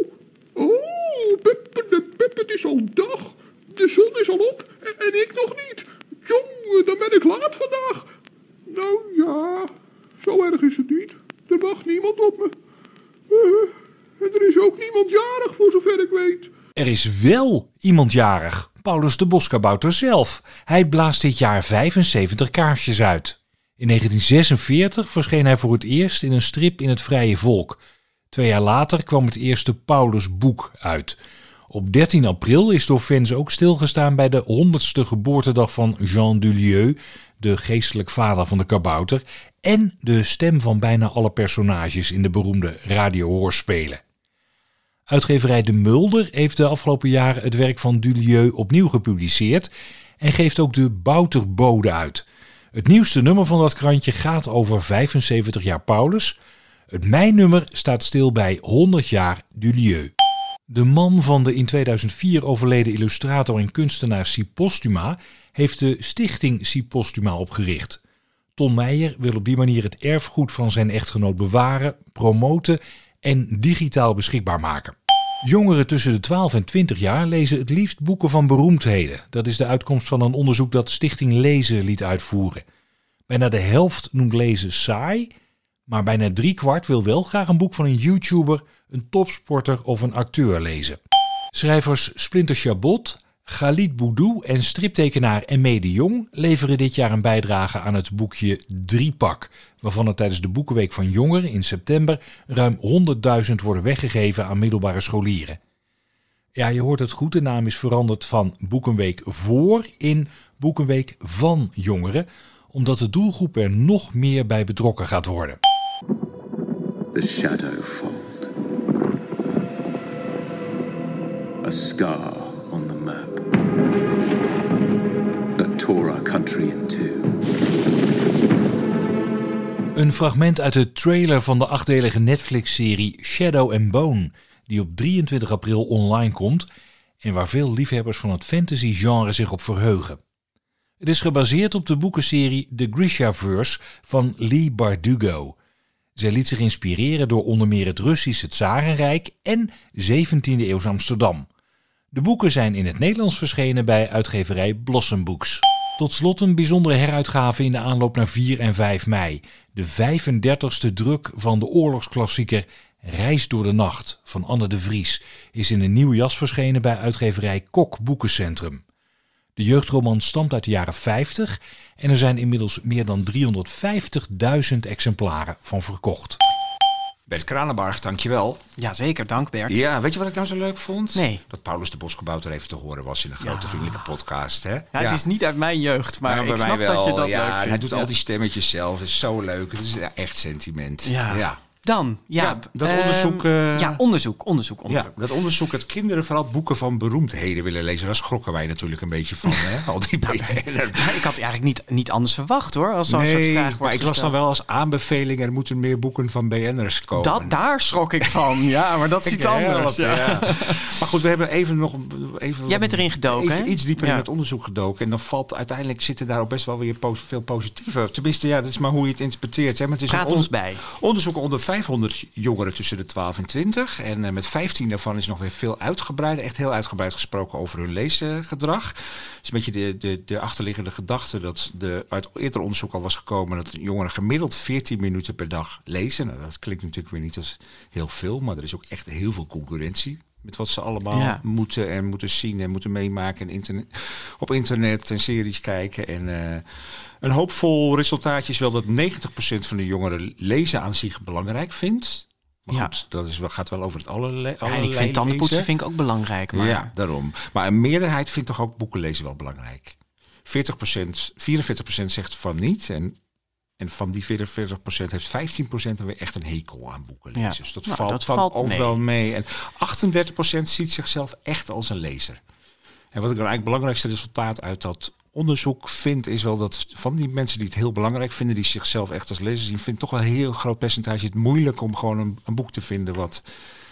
oh, pup, de pup, het is al dag. De zon is al op en ik nog niet. Jongen, dan ben ik laat vandaag. Nou ja, zo erg is het niet. Er wacht niemand op me. Uh, en er is ook niemand jarig, voor zover ik weet. Er is wel iemand jarig. Paulus de Boskabouter zelf. Hij blaast dit jaar vijfenzeventig kaarsjes uit. In negentien zesenveertig verscheen hij voor het eerst in een strip in het Vrije Volk. Twee jaar later kwam het eerste Paulus-boek uit. Op dertien april is door fans ook stilgestaan bij de honderdste geboortedag van Jean Dulieu, de geestelijk vader van de kabouter, en de stem van bijna alle personages in de beroemde radiohoorspelen. Uitgeverij De Mulder heeft de afgelopen jaren het werk van Dulieu opnieuw gepubliceerd en geeft ook de Bouterbode uit. Het nieuwste nummer van dat krantje gaat over vijfenzeventig jaar Paulus. Het mei-nummer staat stil bij honderd jaar Dulieu. De man van de in tweeduizend vier overleden illustrator en kunstenaar Si Postuma heeft de stichting Si Postuma opgericht. Ton Meijer wil op die manier het erfgoed van zijn echtgenoot bewaren, promoten en digitaal beschikbaar maken. Jongeren tussen de twaalf en twintig jaar lezen het liefst boeken van beroemdheden. Dat is de uitkomst van een onderzoek dat Stichting Lezen liet uitvoeren. Bijna de helft noemt lezen saai, maar bijna driekwart wil wel graag een boek van een YouTuber, een topsporter of een acteur lezen. Schrijvers Splinter Chabot, Khalid Boudou en striptekenaar Emme de Jong leveren dit jaar een bijdrage aan het boekje Driepak, waarvan er tijdens de Boekenweek van Jongeren in september ruim honderdduizend worden weggegeven aan middelbare scholieren. Ja, je hoort het goed, de naam is veranderd van Boekenweek voor in Boekenweek van Jongeren, omdat de doelgroep er nog meer bij betrokken gaat worden. The Shadowfold. A scar on the map. That tore our country in two. Een fragment uit de trailer van de achtdelige Netflix-serie Shadow and Bone, die op drieëntwintig april online komt en waar veel liefhebbers van het fantasy-genre zich op verheugen. Het is gebaseerd op de boekenserie The Grishaverse van Leigh Bardugo. Zij liet zich inspireren door onder meer het Russische Tsarenrijk en zeventiende eeuws Amsterdam. De boeken zijn in het Nederlands verschenen bij uitgeverij Blossom Books. Tot slot een bijzondere heruitgave in de aanloop naar vier en vijf mei. De vijfendertigste druk van de oorlogsklassieker Reis door de Nacht van Anne de Vries is in een nieuwe jas verschenen bij uitgeverij Kok Boekencentrum. De jeugdroman stamt uit de jaren vijftig en er zijn inmiddels meer dan driehonderdvijftigduizend exemplaren van verkocht. Bert Kranenbarg, dankjewel. Ja, zeker. Dank, Bert. Ja, weet je wat ik nou zo leuk vond? Nee. Dat Paulus de Boskabouter even te horen was in een grote ja. vriendelijke podcast. Hè? Ja, het ja. is niet uit mijn jeugd, maar nou, ik bij snap mij wel. dat je dat ja, leuk vindt. Hij doet ja. al die stemmetjes zelf. Het is zo leuk. Het is echt sentiment. Ja. ja. Dan, Jaap. Ja, dat um, onderzoek... Uh, ja, onderzoek, onderzoek, onderzoek. Ja, dat onderzoek dat kinderen vooral boeken van beroemdheden willen lezen. Daar schrokken wij natuurlijk een beetje van. Hè? Al die nou, ik had eigenlijk niet, niet anders verwacht, hoor. Als zo'n nee, soort vraag wordt maar ik las dan wel als aanbeveling... er moeten meer boeken van B N'ers komen. Dat, daar schrok ik van. Ja, maar dat is iets anders. Ja. Ja. Maar goed, we hebben even nog... Even, Jij bent erin gedoken, even hè? iets dieper ja. in het onderzoek gedoken. En dan valt uiteindelijk zitten daar ook best wel weer pos, veel positieve. Tenminste, ja, dat is maar hoe je het interpreteert. Hè? Maar het is Praat een ons bij. Onderzoek onder vijfhonderd jongeren tussen de twaalf en twintig. En uh, met vijftien daarvan is nog weer veel uitgebreider. Echt heel uitgebreid gesproken over hun leesgedrag. Het is een beetje de, de, de achterliggende gedachte dat de, uit eerder onderzoek al was gekomen dat jongeren gemiddeld veertien minuten per dag lezen. Nou, dat klinkt natuurlijk weer niet als heel veel, maar er is ook echt heel veel concurrentie. Met wat ze allemaal ja. moeten en moeten zien en moeten meemaken. En internet, op internet en series kijken. En uh, een hoopvol resultaatje is wel dat negentig procent van de jongeren lezen aan zich belangrijk vindt. Maar ja. goed, dat is wel, gaat wel over het allerlei. Ja, en ik vind tandenpoetsen vind ik ook belangrijk. Maar... Ja, daarom. Maar een meerderheid vindt toch ook boeken lezen wel belangrijk. veertig procent, vierenveertig procent zegt van niet. En, en van die vierenveertig procent heeft vijftien procent dan weer echt een hekel aan boeken lezen. Ja. Dus dat nou, valt, dat valt ook mee. wel mee. En achtendertig procent ziet zichzelf echt als een lezer. En wat ik dan eigenlijk het belangrijkste resultaat uit dat onderzoek vind, is wel dat van die mensen die het heel belangrijk vinden, die zichzelf echt als lezer zien, vindt toch wel een heel groot percentage het moeilijk om gewoon een, een boek te vinden wat,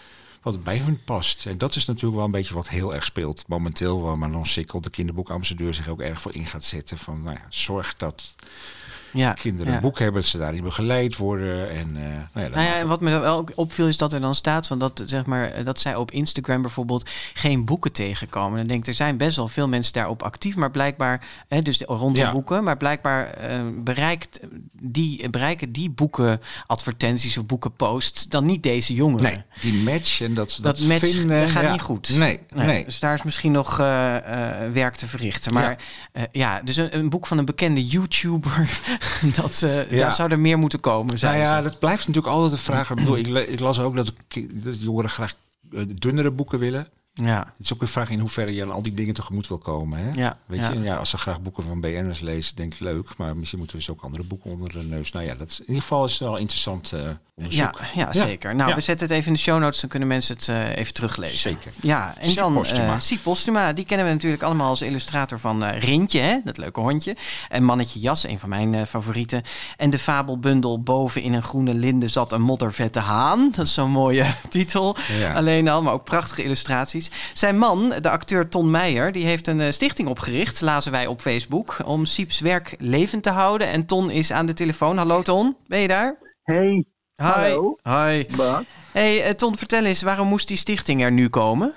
wat bij hun past. En dat is natuurlijk wel een beetje wat heel erg speelt momenteel, waar Manon Sikkel, de kinderboekambassadeur, zich ook erg voor in gaat zetten. Van, nou ja, zorg dat ja, kinderen ja. een boek hebben, dat ze daarin begeleid worden. En, uh, nou ja, nou ja, en wat me wel ook opviel is dat er dan staat van dat, zeg maar, dat zij op Instagram bijvoorbeeld geen boeken tegenkomen. Dan denk ik, er zijn best wel veel mensen daarop actief, maar blijkbaar, hè, dus rondom ja. boeken, maar blijkbaar uh, bereikt die, bereiken die boeken advertenties of boekenposts dan niet deze jongeren. Nee, die match en dat, dat, dat match vinden, dat gaat ja. niet goed. Nee, nee. nee. Dus daar is misschien nog uh, uh, werk te verrichten. Maar ja, uh, ja dus een, een boek van een bekende YouTuber, dat, uh, ja. daar zou er meer moeten komen. Nou ja, ze. dat blijft natuurlijk altijd de vraag. Ik bedoel, ik, ik las ook dat, dat jongeren graag uh, dunnere boeken willen. Ja. Het is ook een vraag in hoeverre je aan al die dingen tegemoet wil komen. Hè? Ja, Weet ja. je, ja, als ze graag boeken van B N'ers lezen, denk ik leuk. Maar misschien moeten we dus ook andere boeken onder de neus. Nou ja, dat is, in ieder geval is het wel interessant uh, onderzoek. Ja, ja, zeker. Ja. Nou, ja. we zetten het even in de show notes, dan kunnen mensen het uh, even teruglezen. Zeker. Ja, en Siep dan Postuma. Uh, Siep Postuma, die kennen we natuurlijk allemaal als illustrator van uh, Rintje, hè? Dat leuke hondje. En Mannetje Jas, een van mijn uh, favorieten. En de fabelbundel Boven in een groene linde zat een moddervette haan. Dat is zo'n mooie titel. Ja. Alleen al, maar ook prachtige illustraties. Zijn man, de acteur Ton Meijer, die heeft een uh, stichting opgericht, lazen wij op Facebook, om Sieps werk levend te houden. En Ton is aan de telefoon. Hallo Ton, ben je daar? Hey. Hi. Hallo. Hi. Bas. Hey uh, Ton, vertel eens, waarom moest die stichting er nu komen?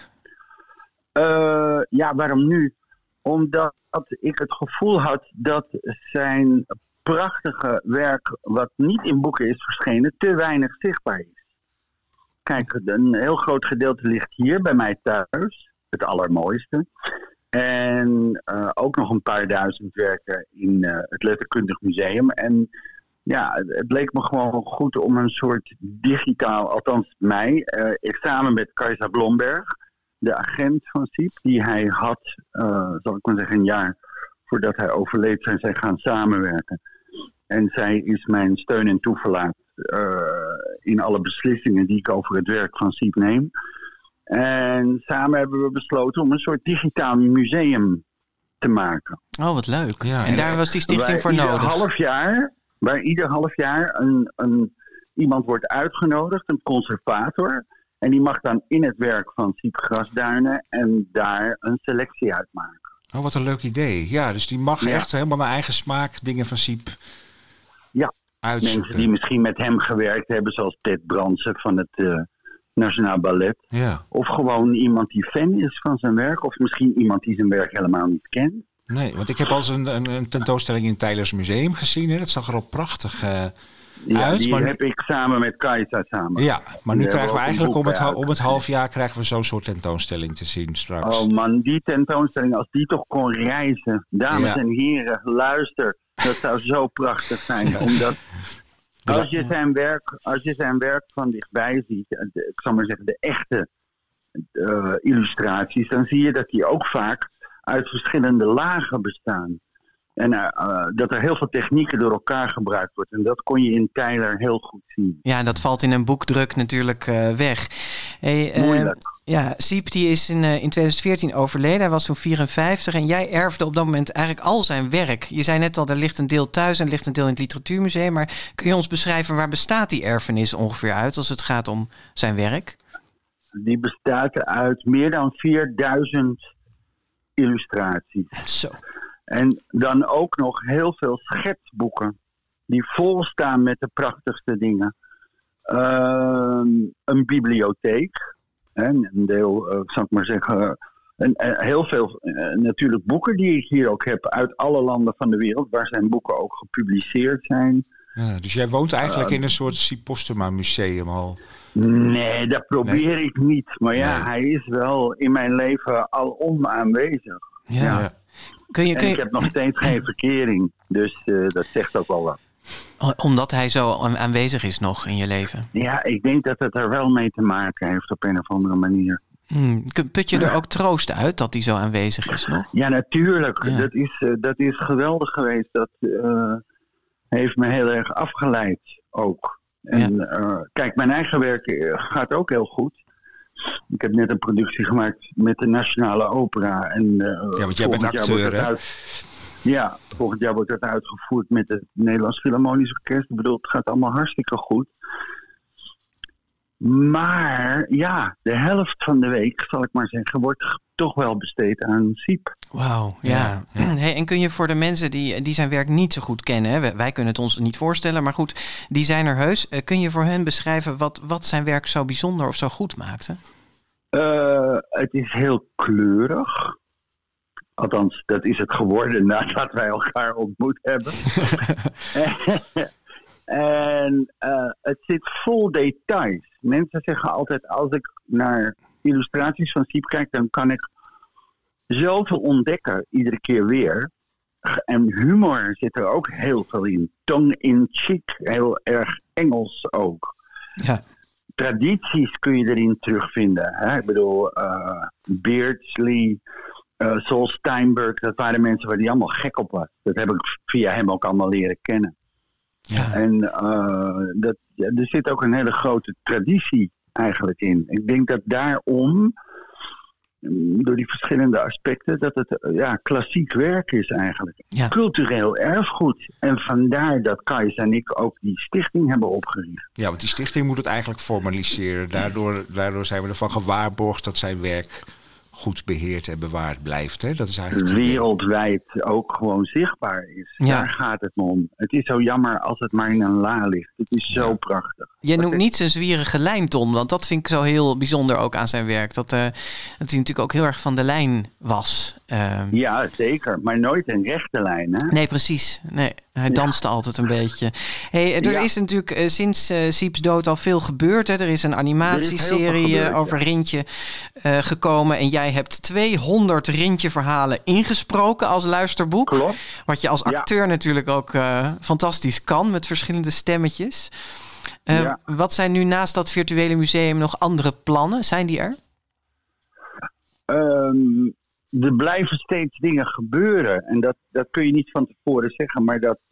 Uh, ja, waarom nu? Omdat ik het gevoel had dat zijn prachtige werk, wat niet in boeken is verschenen, te weinig zichtbaar is. Kijk, een heel groot gedeelte ligt hier bij mij thuis. Het allermooiste. En uh, ook nog een paar duizend werken in uh, het Letterkundig Museum. En ja, het leek me gewoon goed om een soort digitaal, althans mij, uh, ik samen met Kajsa Blomberg, de agent van Siep, die hij had, uh, zal ik maar zeggen, een jaar voordat hij overleed, zijn zij gaan samenwerken. En zij is mijn steun en toeverlaat uh, in alle beslissingen die ik over het werk van Siep neem. En samen hebben we besloten om een soort digitaal museum te maken. Oh, wat leuk. Ja, en daar was die stichting waar voor ieder nodig. Half jaar, waar ieder half jaar een, een, iemand wordt uitgenodigd, een conservator. En die mag dan in het werk van Siep Grasduinen en daar een selectie uitmaken. Oh, wat een leuk idee. Ja, dus die mag ja. echt helemaal naar eigen smaak dingen van Siep ja. uitzoeken. Mensen die misschien met hem gewerkt hebben, zoals Ted Brandsen van het uh, Nationaal Ballet. Ja. Of gewoon iemand die fan is van zijn werk. Of misschien iemand die zijn werk helemaal niet kent. Nee, want ik heb al eens een, een, een tentoonstelling in het Teylers Museum gezien. Hè. Dat zag er al prachtig uh, ja, uit. Die maar nu... heb ik samen met Kajsa samen. Ja, maar nu die krijgen we eigenlijk om het, uit. om het half jaar krijgen we zo'n soort tentoonstelling te zien straks. Oh man, die tentoonstelling, als die toch kon reizen. Dames ja. en heren, luister. Dat zou zo prachtig zijn. Ja. Omdat als je, zijn werk, als je zijn werk van dichtbij ziet, de, ik zal maar zeggen de echte uh, illustraties, dan zie je dat die ook vaak uit verschillende lagen bestaan. En uh, uh, dat er heel veel technieken door elkaar gebruikt wordt. En dat kon je in Teyler heel goed zien. Ja, en dat valt in een boekdruk natuurlijk uh, weg. Hey, uh, Moeilijk. Ja, Siep die is in, uh, in twintig veertien overleden. Hij was zo'n vierenvijftig en jij erfde op dat moment eigenlijk al zijn werk. Je zei net al, er ligt een deel thuis en er ligt een deel in het Literatuurmuseum. Maar kun je ons beschrijven, waar bestaat die erfenis ongeveer uit als het gaat om zijn werk? Die bestaat uit meer dan vierduizend illustraties. Zo. En dan ook nog heel veel schetsboeken die vol staan met de prachtigste dingen. Uh, een bibliotheek. Hè, een deel, uh, zal ik maar zeggen, uh, uh, heel veel uh, natuurlijk boeken die ik hier ook heb uit alle landen van de wereld, waar zijn boeken ook gepubliceerd zijn. Ja, dus jij woont eigenlijk uh, in een soort Siep Postuma museum al? Nee, dat probeer nee. ik niet. Maar ja, nee. hij is wel in mijn leven alom aanwezig. Ja. ja. Kun je, kun je... En ik heb nog steeds geen verkering. Dus uh, dat zegt ook wel wat. Omdat hij zo aanwezig is nog in je leven? Ja, ik denk dat het er wel mee te maken heeft op een of andere manier. Hmm, put je er ook troost uit dat hij zo aanwezig is nog? Ja, natuurlijk. Ja. Dat, is, uh, dat is geweldig geweest. Dat uh, heeft me heel erg afgeleid ook. En ja. uh, kijk, mijn eigen werk gaat ook heel goed. Ik heb net een productie gemaakt met de Nationale Opera. En, uh, ja, want jij bent acteur, hè? Uit... Ja, volgend jaar wordt dat uitgevoerd met het Nederlands Philharmonisch Orkest. Ik bedoel, het gaat allemaal hartstikke goed. Maar ja, de helft van de week, zal ik maar zeggen, wordt toch wel besteed aan Siep. Wauw, ja. ja. Hey, en kun je voor de mensen die, die zijn werk niet zo goed kennen, hè? Wij kunnen het ons niet voorstellen, maar goed, die zijn er heus. Kun je voor hen beschrijven wat, wat zijn werk zo bijzonder of zo goed maakte? Uh, het is heel kleurig. Althans, dat is het geworden nadat wij elkaar ontmoet hebben. En uh, het zit vol details. Mensen zeggen altijd, als ik naar illustraties van Siep kijk, dan kan ik zoveel ontdekken, iedere keer weer. En humor zit er ook heel veel in. Tongue in cheek, heel erg Engels ook. Ja. Tradities kun je erin terugvinden. Hè? Ik bedoel, uh, Beardsley, uh, Saul Steinberg, dat waren mensen waar die allemaal gek op was. Dat heb ik via hem ook allemaal leren kennen. Ja. En uh, dat, ja, er zit ook een hele grote traditie eigenlijk in. Ik denk dat daarom, door die verschillende aspecten, dat het ja, klassiek werk is eigenlijk. Ja. Cultureel erfgoed. En vandaar dat Kajs en ik ook die stichting hebben opgericht. Ja, want die stichting moet het eigenlijk formaliseren. Daardoor, daardoor zijn we ervan gewaarborgd dat zijn werk goed beheerd en bewaard blijft. Hè? Dat is eigenlijk wereldwijd ook gewoon zichtbaar is. Ja. Daar gaat het me om. Het is zo jammer als het maar in een la ligt. Het is zo ja. prachtig. Jij noemt niet zijn zwierige lijn, Ton, want dat vind ik zo heel bijzonder ook aan zijn werk. Dat, uh, dat hij natuurlijk ook heel erg van de lijn was. Uh, ja, zeker. Maar nooit een rechte lijn, hè? Nee, precies. Nee, hij danste ja. altijd een beetje. Hey, er ja. is natuurlijk uh, sinds uh, Sieps dood al veel gebeurd. Hè? Er is een animatieserie is gebeurd, over ja. Rintje uh, gekomen. En jij hebt tweehonderd Rintje-verhalen ingesproken als luisterboek. Klopt. Wat je als acteur ja. natuurlijk ook uh, fantastisch kan met verschillende stemmetjes. Uh, ja. Wat zijn nu naast dat virtuele museum nog andere plannen? Zijn die er? Um, er blijven steeds dingen gebeuren. En dat, dat kun je niet van tevoren zeggen. Maar dat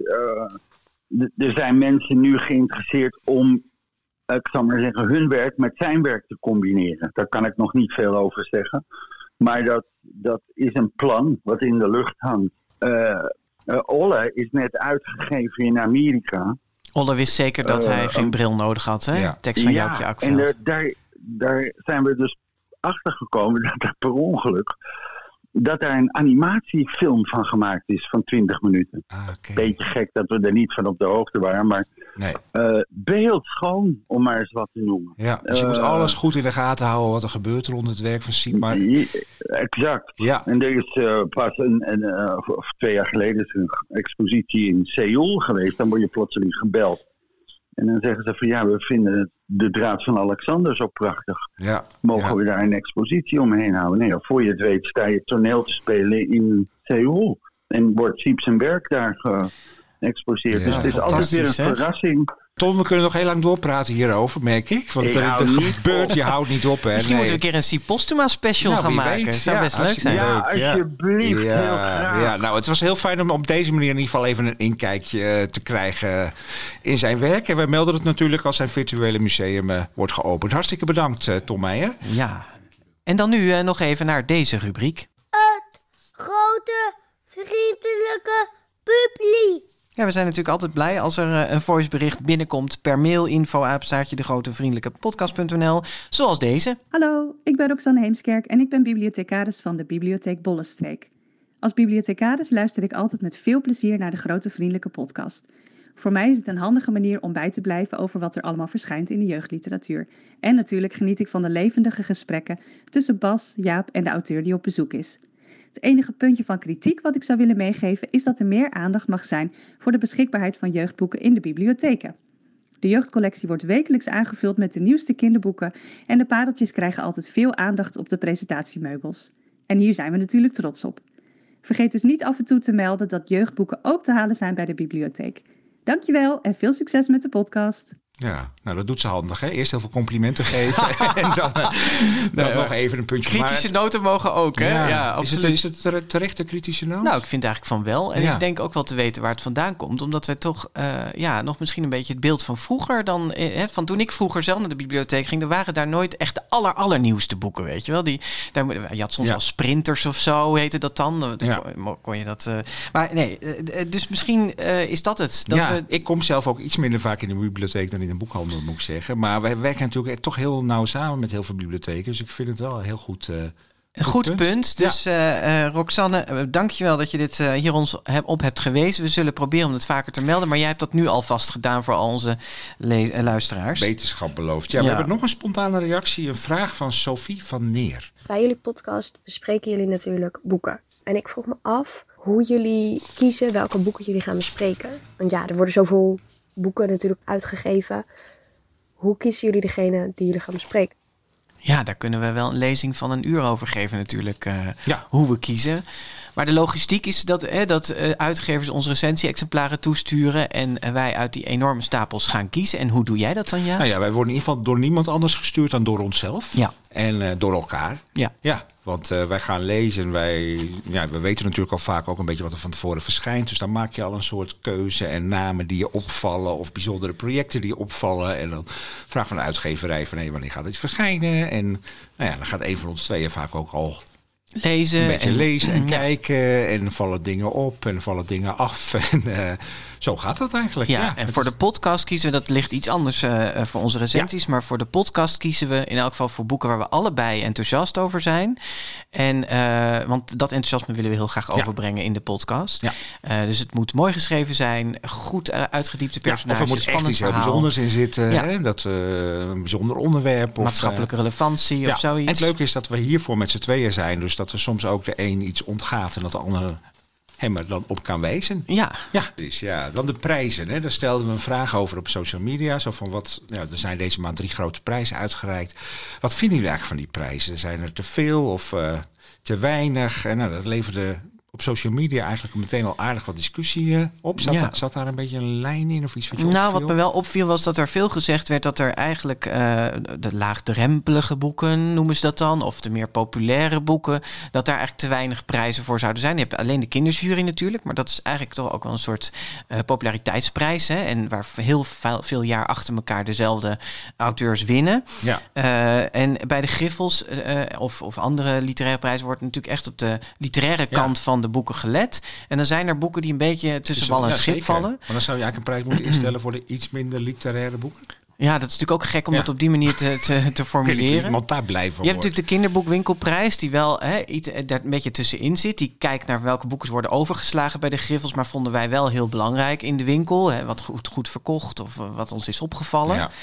uh, d- er zijn mensen nu geïnteresseerd om, ik zal maar zeggen, hun werk met zijn werk te combineren. Daar kan ik nog niet veel over zeggen. Maar dat, dat is een plan wat in de lucht hangt. Uh, uh, Olle is net uitgegeven in Amerika. Olle wist zeker dat uh, hij geen bril nodig had, hè? Ja. Tekst van ja, Joukje Akveld. En er, daar, daar zijn we dus achter gekomen dat er per ongeluk dat daar een animatiefilm van gemaakt is van twintig minuten. Ah, okay. Beetje gek dat we er niet van op de hoogte waren, maar nee. uh, beeldschoon, om maar eens wat te noemen. Ja, dus je uh, moet alles goed in de gaten houden wat er gebeurt rond het werk van Siep. Maar... Exact. Ja. En er is uh, pas een, een uh, of twee jaar geleden is een expositie in Seoul geweest. Dan word je plotseling gebeld. En dan zeggen ze van ja, we vinden de draad van Alexander zo prachtig. Ja, Mogen ja. we daar een expositie omheen houden? Nee, voor je het weet sta je toneel te spelen in Seoul. En wordt Siep zijn werk daar geëxposeerd. Ja, dus het is altijd weer een hè? verrassing. Tom, we kunnen nog heel lang doorpraten hierover, merk ik. Want er gebeurt, je houdt niet op. Hè? Misschien nee. moeten we een keer een Siep Postuma special nou, gaan maken. Dat zou ja, best leuk zijn. Ja, alsjeblieft. Ja, heel graag. Ja, nou, het was heel fijn om op deze manier in ieder geval even een inkijkje te krijgen in zijn werk. En wij melden het natuurlijk als zijn virtuele museum uh, wordt geopend. Hartstikke bedankt, uh, Tom Meijer. Ja. En dan nu uh, nog even naar deze rubriek. Het grote vriendelijke publiek. Ja, we zijn natuurlijk altijd blij als er uh, een voicebericht binnenkomt per mail, info apenstaartje de grote vriendelijke podcast punt n l, zoals deze. Hallo, ik ben Roxanne Heemskerk en ik ben bibliothecaris van de Bibliotheek Bollenstreek. Als bibliothecaris luister ik altijd met veel plezier naar de grote vriendelijke podcast. Voor mij is het een handige manier om bij te blijven over wat er allemaal verschijnt in de jeugdliteratuur. En natuurlijk geniet ik van de levendige gesprekken tussen Bas, Jaap en de auteur die op bezoek is. Het enige puntje van kritiek wat ik zou willen meegeven is dat er meer aandacht mag zijn voor de beschikbaarheid van jeugdboeken in de bibliotheken. De jeugdcollectie wordt wekelijks aangevuld met de nieuwste kinderboeken en de pareltjes krijgen altijd veel aandacht op de presentatiemeubels. En hier zijn we natuurlijk trots op. Vergeet dus niet af en toe te melden dat jeugdboeken ook te halen zijn bij de bibliotheek. Dankjewel en veel succes met de podcast. Ja, nou dat doet ze handig. Hè? Eerst heel veel complimenten geven en dan, uh, dan nee, nog even een puntje. Kritische maar... noten mogen ook, hè? Ja, ja absoluut. Is het, is het terecht een kritische noot? Nou, ik vind eigenlijk van wel. En ja. ik denk ook wel te weten waar het vandaan komt. Omdat wij toch uh, ja, nog misschien een beetje het beeld van vroeger dan... Eh, van toen ik vroeger zelf naar de bibliotheek ging... er waren daar nooit echt de aller, allernieuwste boeken, weet je wel. Die, daar, je had soms ja. wel sprinters of zo, heette dat dan. Dan ja. kon, kon je dat... Uh, maar nee, uh, dus misschien uh, is dat het. Dat ja, we... ik kom zelf ook iets minder vaak in de bibliotheek dan in de boekhandel, moet ik zeggen. Maar wij werken natuurlijk toch heel nauw samen met heel veel bibliotheken. Dus ik vind het wel heel goed... Uh, Een goed punt. punt. Dus ja. uh, uh, Roxanne, uh, dankjewel dat je dit uh, hier ons heb, op hebt gewezen. We zullen proberen om het vaker te melden. Maar jij hebt dat nu alvast gedaan voor al onze le- uh, luisteraars. Wetenschap beloofd. Ja, ja, we hebben nog een spontane reactie. Een vraag van Sophie van Neer. Bij jullie podcast bespreken jullie natuurlijk boeken. En ik vroeg me af hoe jullie kiezen welke boeken jullie gaan bespreken. Want ja, er worden zoveel boeken natuurlijk uitgegeven. Hoe kiezen jullie degene die jullie gaan bespreken? Ja, daar kunnen we wel een lezing van een uur over geven natuurlijk, uh, ja. hoe we kiezen. Maar de logistiek is dat, eh, dat uh, uitgevers onze recensie-exemplaren toesturen... en uh, wij uit die enorme stapels gaan kiezen. En hoe doe jij dat dan, ja? Nou ja, wij worden in ieder geval door niemand anders gestuurd dan door onszelf. Ja. En uh, door elkaar. Ja. Ja, want uh, wij gaan lezen. Wij, ja, we weten natuurlijk al vaak ook een beetje wat er van tevoren verschijnt. Dus dan maak je al een soort keuze en namen die je opvallen... of bijzondere projecten die je opvallen. En dan vraag van de uitgeverij van... Hey, wanneer gaat dit verschijnen? En nou ja, dan gaat een van ons tweeën vaak ook al... lezen. Een beetje en, lezen en ja. kijken en vallen dingen op en vallen dingen af. En uh, zo gaat dat eigenlijk. Ja, ja en voor de podcast kiezen we, dat ligt iets anders uh, voor onze recensies. Ja. Maar voor de podcast kiezen we in elk geval voor boeken waar we allebei enthousiast over zijn. En, uh, want dat enthousiasme willen we heel graag overbrengen ja. in de podcast. Ja. Uh, dus het moet mooi geschreven zijn, goed uh, uitgediepte personages. Ja, of er moet echt iets heel bijzonders in zitten. Ja. Hè? Dat, uh, een bijzonder onderwerp. Of, maatschappelijke uh, relevantie ja. of zoiets. En het leuke is dat we hiervoor met z'n tweeën zijn. Dus dat er soms ook de een iets ontgaat en dat de ander hem er dan op kan wijzen. Ja. Ja, dus ja, dan de prijzen. Hè. Daar stelden we een vraag over op social media. Zo van wat, ja, er zijn deze maand drie grote prijzen uitgereikt. Wat vinden jullie eigenlijk van die prijzen? Zijn er te veel of uh, te weinig? En nou, dat leverde op social media eigenlijk meteen al aardig wat discussie uh, op. Zat, ja. daar, zat daar een beetje een lijn in of iets wat je Nou, opviel? wat me wel opviel was dat er veel gezegd werd dat er eigenlijk uh, de laagdrempelige boeken, noemen ze dat dan, of de meer populaire boeken, dat daar eigenlijk te weinig prijzen voor zouden zijn. Je hebt alleen de kinderjury natuurlijk, maar dat is eigenlijk toch ook wel een soort uh, populariteitsprijs. Hè? En waar heel veel, veel jaar achter elkaar dezelfde auteurs winnen. Ja. Uh, en bij de Griffels uh, of, of andere literaire prijzen wordt natuurlijk echt op de literaire Ja. kant van de boeken gelet. En dan zijn er boeken die een beetje tussen wal en ja, schip zeker. vallen. Maar dan zou je eigenlijk een prijs moeten instellen voor de iets minder literaire boeken. Ja, dat is natuurlijk ook gek om Ja. dat op die manier te, te, te formuleren. Want daar blij van Je hebt natuurlijk de kinderboekwinkelprijs, die wel hè, iets, daar een beetje tussenin zit. Die kijkt naar welke boeken worden overgeslagen bij de Griffels, maar vonden wij wel heel belangrijk in de winkel. Hè, wat goed, goed verkocht of uh, wat ons is opgevallen. Ja.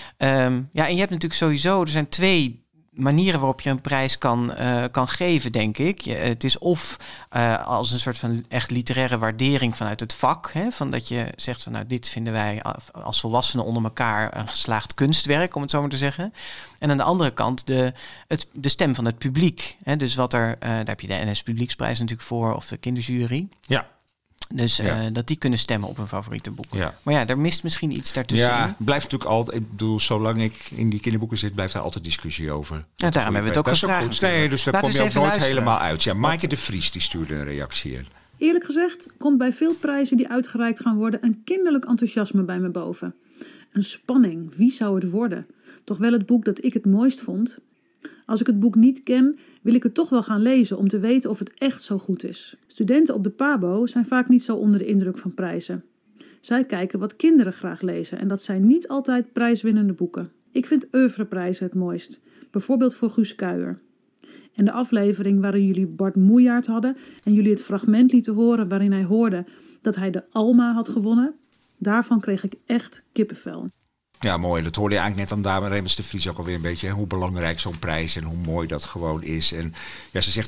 Um, ja, en je hebt natuurlijk sowieso, er zijn twee manieren waarop je een prijs kan, uh, kan geven, denk ik. Je, het is of uh, als een soort van echt literaire waardering vanuit het vak. Hè, van dat je zegt van nou, dit vinden wij als volwassenen onder elkaar een geslaagd kunstwerk, om het zo maar te zeggen. En aan de andere kant de, het, de stem van het publiek. Hè, dus wat er, uh, daar heb je de N S Publieksprijs natuurlijk voor, of de kinderjury. Ja. Dus uh, Ja. dat die kunnen stemmen op hun favoriete boek. Ja. Maar ja, er mist misschien iets daartussen. Ja, blijft natuurlijk altijd. Ik bedoel, zolang ik in die kinderboeken zit, blijft daar altijd discussie over. Ja, daarom hebben we het ook gevraagd. Goed. Nee, dus daar Laten kom je we ook eens nooit even helemaal uit. Ja, Maaike de Vries die stuurde een reactie in. Eerlijk gezegd komt bij veel prijzen die uitgereikt gaan worden een kinderlijk enthousiasme bij me boven. Een spanning, wie zou het worden? Toch wel het boek dat ik het mooist vond. Als ik het boek niet ken, wil ik het toch wel gaan lezen om te weten of het echt zo goed is. Studenten op de Pabo zijn vaak niet zo onder de indruk van prijzen. Zij kijken wat kinderen graag lezen en dat zijn niet altijd prijswinnende boeken. Ik vind oeuvreprijzen het mooist, bijvoorbeeld voor Guus Kuijer. En de aflevering waarin jullie Bart Moejaert hadden en jullie het fragment lieten horen waarin hij hoorde dat hij de Alma had gewonnen, daarvan kreeg ik echt kippenvel. Ja, mooi. Dat hoorde je eigenlijk net aan Dame Remmers de Vries ook alweer een beetje. Hè, hoe belangrijk zo'n prijs en hoe mooi dat gewoon is. En ja, ze zegt dan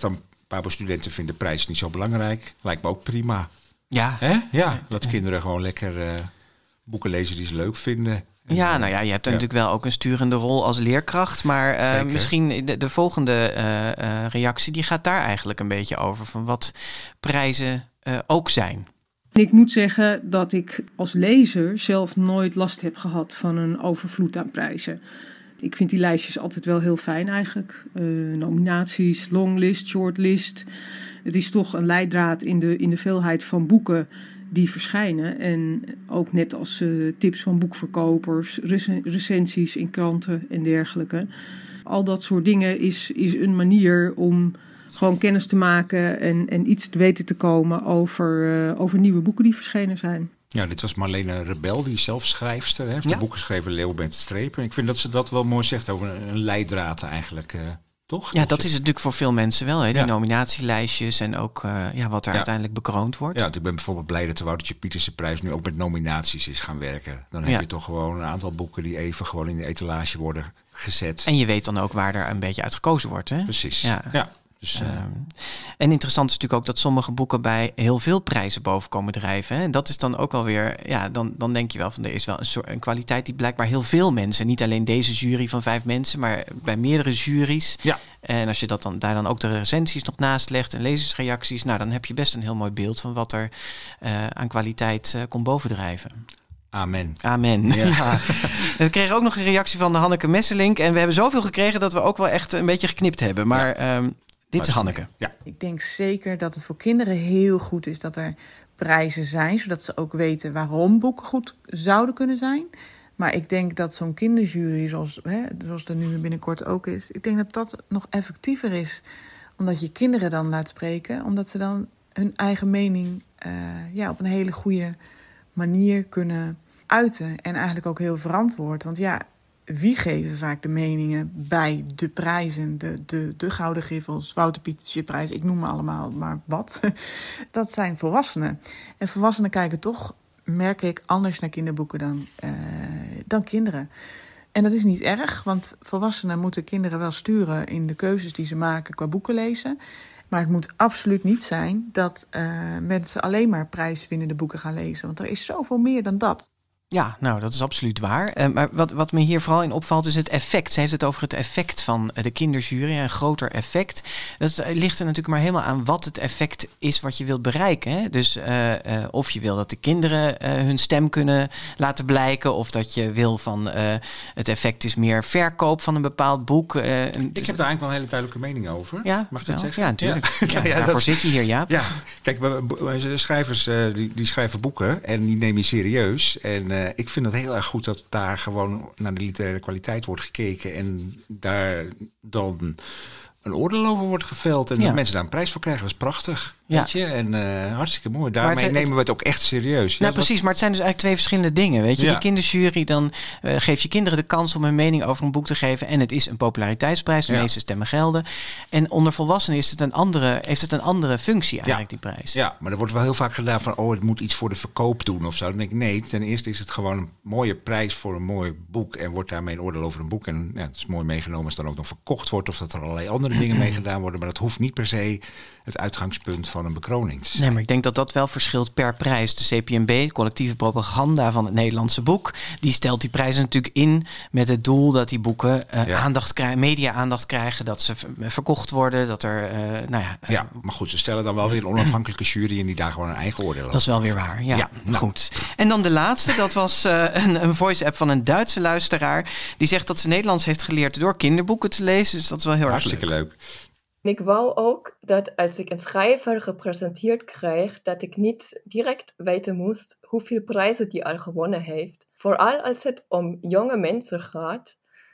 Pabo-studenten vinden prijzen niet zo belangrijk. Lijkt me ook prima. Ja. Hè? Ja, dat kinderen gewoon lekker uh, boeken lezen die ze leuk vinden. Ja, nou ja, je hebt er ja. natuurlijk wel ook een sturende rol als leerkracht. Maar uh, misschien de, de volgende uh, uh, reactie, die gaat daar eigenlijk een beetje over. Van wat prijzen uh, ook zijn. Ik moet zeggen dat ik als lezer zelf nooit last heb gehad van een overvloed aan prijzen. Ik vind die lijstjes altijd wel heel fijn eigenlijk. Uh, nominaties, longlist, shortlist. Het is toch een leidraad in de, in de veelheid van boeken die verschijnen. En ook net als uh, tips van boekverkopers, rec- recensies in kranten en dergelijke. Al dat soort dingen is, is een manier om gewoon kennis te maken en, en iets te weten te komen over, uh, over nieuwe boeken die verschenen zijn. Ja, dit was Marlene Rebel, die is zelf schrijfster. Hè, heeft ja. de boeken geschreven Leeuw met strepen. Ik vind dat ze dat wel mooi zegt over een leidraad eigenlijk, uh, toch? Ja, dat is het natuurlijk voor veel mensen wel. Hè? Die ja. nominatielijstjes en ook uh, ja, wat er ja. uiteindelijk bekroond wordt. Ja, ik ben bijvoorbeeld blij dat de Woutertje Pieterse prijs nu ook met nominaties is gaan werken. Dan heb ja. je toch gewoon een aantal boeken die even gewoon in de etalage worden gezet. En je weet dan ook waar er een beetje uit gekozen wordt. Hè? Precies, ja. ja. Dus, uh... um, en interessant is natuurlijk ook dat sommige boeken bij heel veel prijzen boven komen drijven. Hè? En dat is dan ook wel weer, ja, dan, dan denk je wel van er is wel een soort een kwaliteit die blijkbaar heel veel mensen, niet alleen deze jury van vijf mensen, maar bij meerdere juries. Ja. En als je dat dan daar dan ook de recensies nog naast legt en lezersreacties, nou dan heb je best een heel mooi beeld van wat er uh, aan kwaliteit uh, komt bovendrijven. Amen. Amen. Ja. Ja. We kregen ook nog een reactie van de Hanneke Messelink en we hebben zoveel gekregen dat we ook wel echt een beetje geknipt hebben. Maar ja. um, dit is Hanneke. Ja. Ik denk zeker dat het voor kinderen heel goed is dat er prijzen zijn, zodat ze ook weten waarom boeken goed zouden kunnen zijn. Maar ik denk dat zo'n kinderjury, zoals, hè, zoals er nu binnenkort ook is, ik denk dat dat nog effectiever is, omdat je kinderen dan laat spreken, omdat ze dan hun eigen mening uh, ja, op een hele goede manier kunnen uiten en eigenlijk ook heel verantwoord. Want ja, wie geven vaak de meningen bij de prijzen, de, de, de Gouden Griffels, Wouter Pietersje prijs, ik noem me allemaal maar wat. Dat zijn volwassenen. En volwassenen kijken toch, merk ik, anders naar kinderboeken dan, uh, dan kinderen. En dat is niet erg, want volwassenen moeten kinderen wel sturen in de keuzes die ze maken qua boeken lezen. Maar het moet absoluut niet zijn dat uh, mensen alleen maar prijswinnende boeken gaan lezen. Want er is zoveel meer dan dat. Ja, nou, dat is absoluut waar. Uh, maar wat, wat me hier vooral in opvalt is het effect. Ze heeft het over het effect van de kinderjury, een groter effect. Dat ligt er natuurlijk maar helemaal aan wat het effect is wat je wilt bereiken. Hè? Dus uh, uh, of je wil dat de kinderen uh, hun stem kunnen laten blijken, of dat je wil van uh, het effect is meer verkoop van een bepaald boek. Uh, ik dus heb daar eigenlijk wel een hele duidelijke mening over. Ja, mag ik dat zeggen? Ja, natuurlijk. Ja. Ja, ja, daarvoor dat... zit je hier, Jaap. Ja, kijk, schrijvers uh, die, die schrijven boeken en die neem je serieus. En uh, ik vind het heel erg goed dat daar gewoon naar de literaire kwaliteit wordt gekeken en daar dan een oordeel over wordt geveld en ja. dat mensen daar een prijs voor krijgen. Dat is prachtig. Ja. Weet je? En uh, hartstikke mooi. Daarmee het, nemen we het ook echt serieus. Nou, ja, precies, dat... maar het zijn dus eigenlijk twee verschillende dingen. Weet je, ja. die kinderjury, dan uh, geef je kinderen de kans om een mening over een boek te geven. En het is een populariteitsprijs. De ja. meeste stemmen gelden. En onder volwassenen is het een andere, heeft het een andere functie eigenlijk, ja. die prijs. Ja, maar er wordt wel heel vaak gedaan van, oh, het moet iets voor de verkoop doen of zo. Dan denk ik, nee, ten eerste is het gewoon een mooie prijs voor een mooi boek en wordt daarmee een oordeel over een boek. En ja, het is mooi meegenomen als het dan ook nog verkocht wordt of dat er allerlei andere dingen mee gedaan worden. Maar dat hoeft niet per se het uitgangspunt van een bekroning te zijn. Nee, maar ik denk dat dat wel verschilt per prijs. De C P M B, collectieve propaganda van het Nederlandse boek, die stelt die prijzen natuurlijk in met het doel dat die boeken uh, ja. aandacht krijgen, media-aandacht krijgen, dat ze v- verkocht worden, dat er, uh, nou ja. Uh, ja, maar goed, ze stellen dan wel weer een onafhankelijke jury en die daar gewoon een eigen oordeel over. Dat is wel weer waar, ja. ja nou. Goed. En dan de laatste, dat was uh, een, een voice-app van een Duitse luisteraar, die zegt dat ze Nederlands heeft geleerd door kinderboeken te lezen, dus dat is wel heel Hartstikke erg leuk. leuk. Ik wou ook dat als ik een schrijver gepresenteerd krijg, dat ik niet direct weten moest hoeveel prijzen die al gewonnen heeft. Vooral als het om jonge mensen gaat,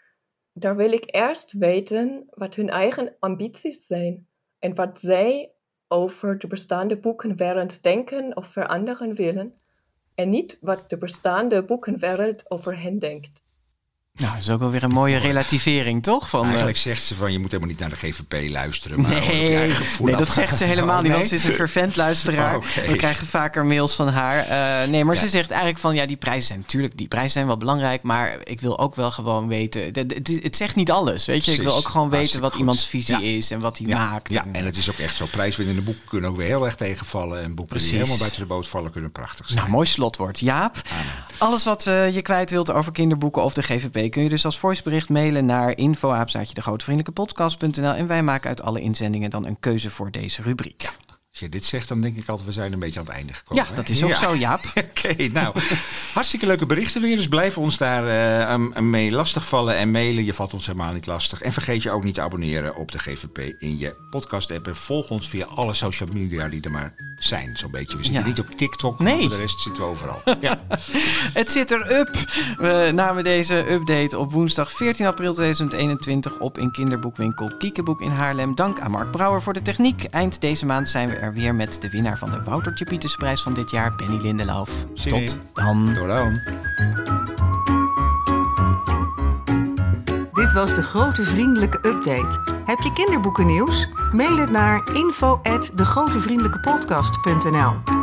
daar wil ik eerst weten wat hun eigen ambities zijn en wat zij over de bestaande boekenwereld denken of veranderen willen en niet wat de bestaande boekenwereld over hen denkt. Nou, dat is ook wel weer een mooie relativering, toch? Van, Eigenlijk uh... zegt ze van, je moet helemaal niet naar de G V P luisteren. Maar nee, nee dat zegt ze helemaal oh, niet, nee? Want ze is een fervent luisteraar. Oh, okay. We krijgen vaker mails van haar. Uh, nee, maar ja. ze zegt eigenlijk van, ja, die prijzen zijn natuurlijk, die prijzen zijn wel belangrijk, maar ik wil ook wel gewoon weten, het, het, het zegt niet alles, weet je. Precies. Ik wil ook gewoon weten Hartstikke wat goed. iemands visie ja. is en wat hij ja. maakt. Ja, en, en het is ook echt zo, prijswinnende boeken kunnen ook weer heel erg tegenvallen en boeken Precies. die helemaal buiten de boot vallen kunnen prachtig zijn. Nou, mooi slotwoord. Jaap, Amen. Alles wat uh, je kwijt wilt over kinderboeken of de G V P kun je dus als voicebericht mailen naar info apenstaartje de grote vriendelijke podcast punt n l en wij maken uit alle inzendingen dan een keuze voor deze rubriek. Ja. Als je dit zegt, dan denk ik altijd, we zijn een beetje aan het einde gekomen. Ja, dat is ook ja. zo, Jaap. Oké, okay, nou, hartstikke leuke berichten weer. Dus blijf ons daar uh, mee lastigvallen en mailen. Je valt ons helemaal niet lastig. En vergeet je ook niet te abonneren op de G V P in je podcast-app. En volg ons via alle social media die er maar zijn, zo'n beetje. We zitten ja. niet op TikTok, nee. maar voor de rest zitten we overal. Ja. Het zit erop. We namen deze update op woensdag veertien april tweeduizend eenentwintig op in kinderboekwinkel Kiekeboek in Haarlem. Dank aan Mark Brouwer voor de techniek. Eind deze maand zijn we er weer met de winnaar van de Woutertje Pietersprijs van dit jaar, Benny Lindelauf. Tot dan. Tot dan. Dit was de Grote Vriendelijke Update. Heb je kinderboekennieuws? Mail het naar info at de grote vriendelijke podcast punt n l.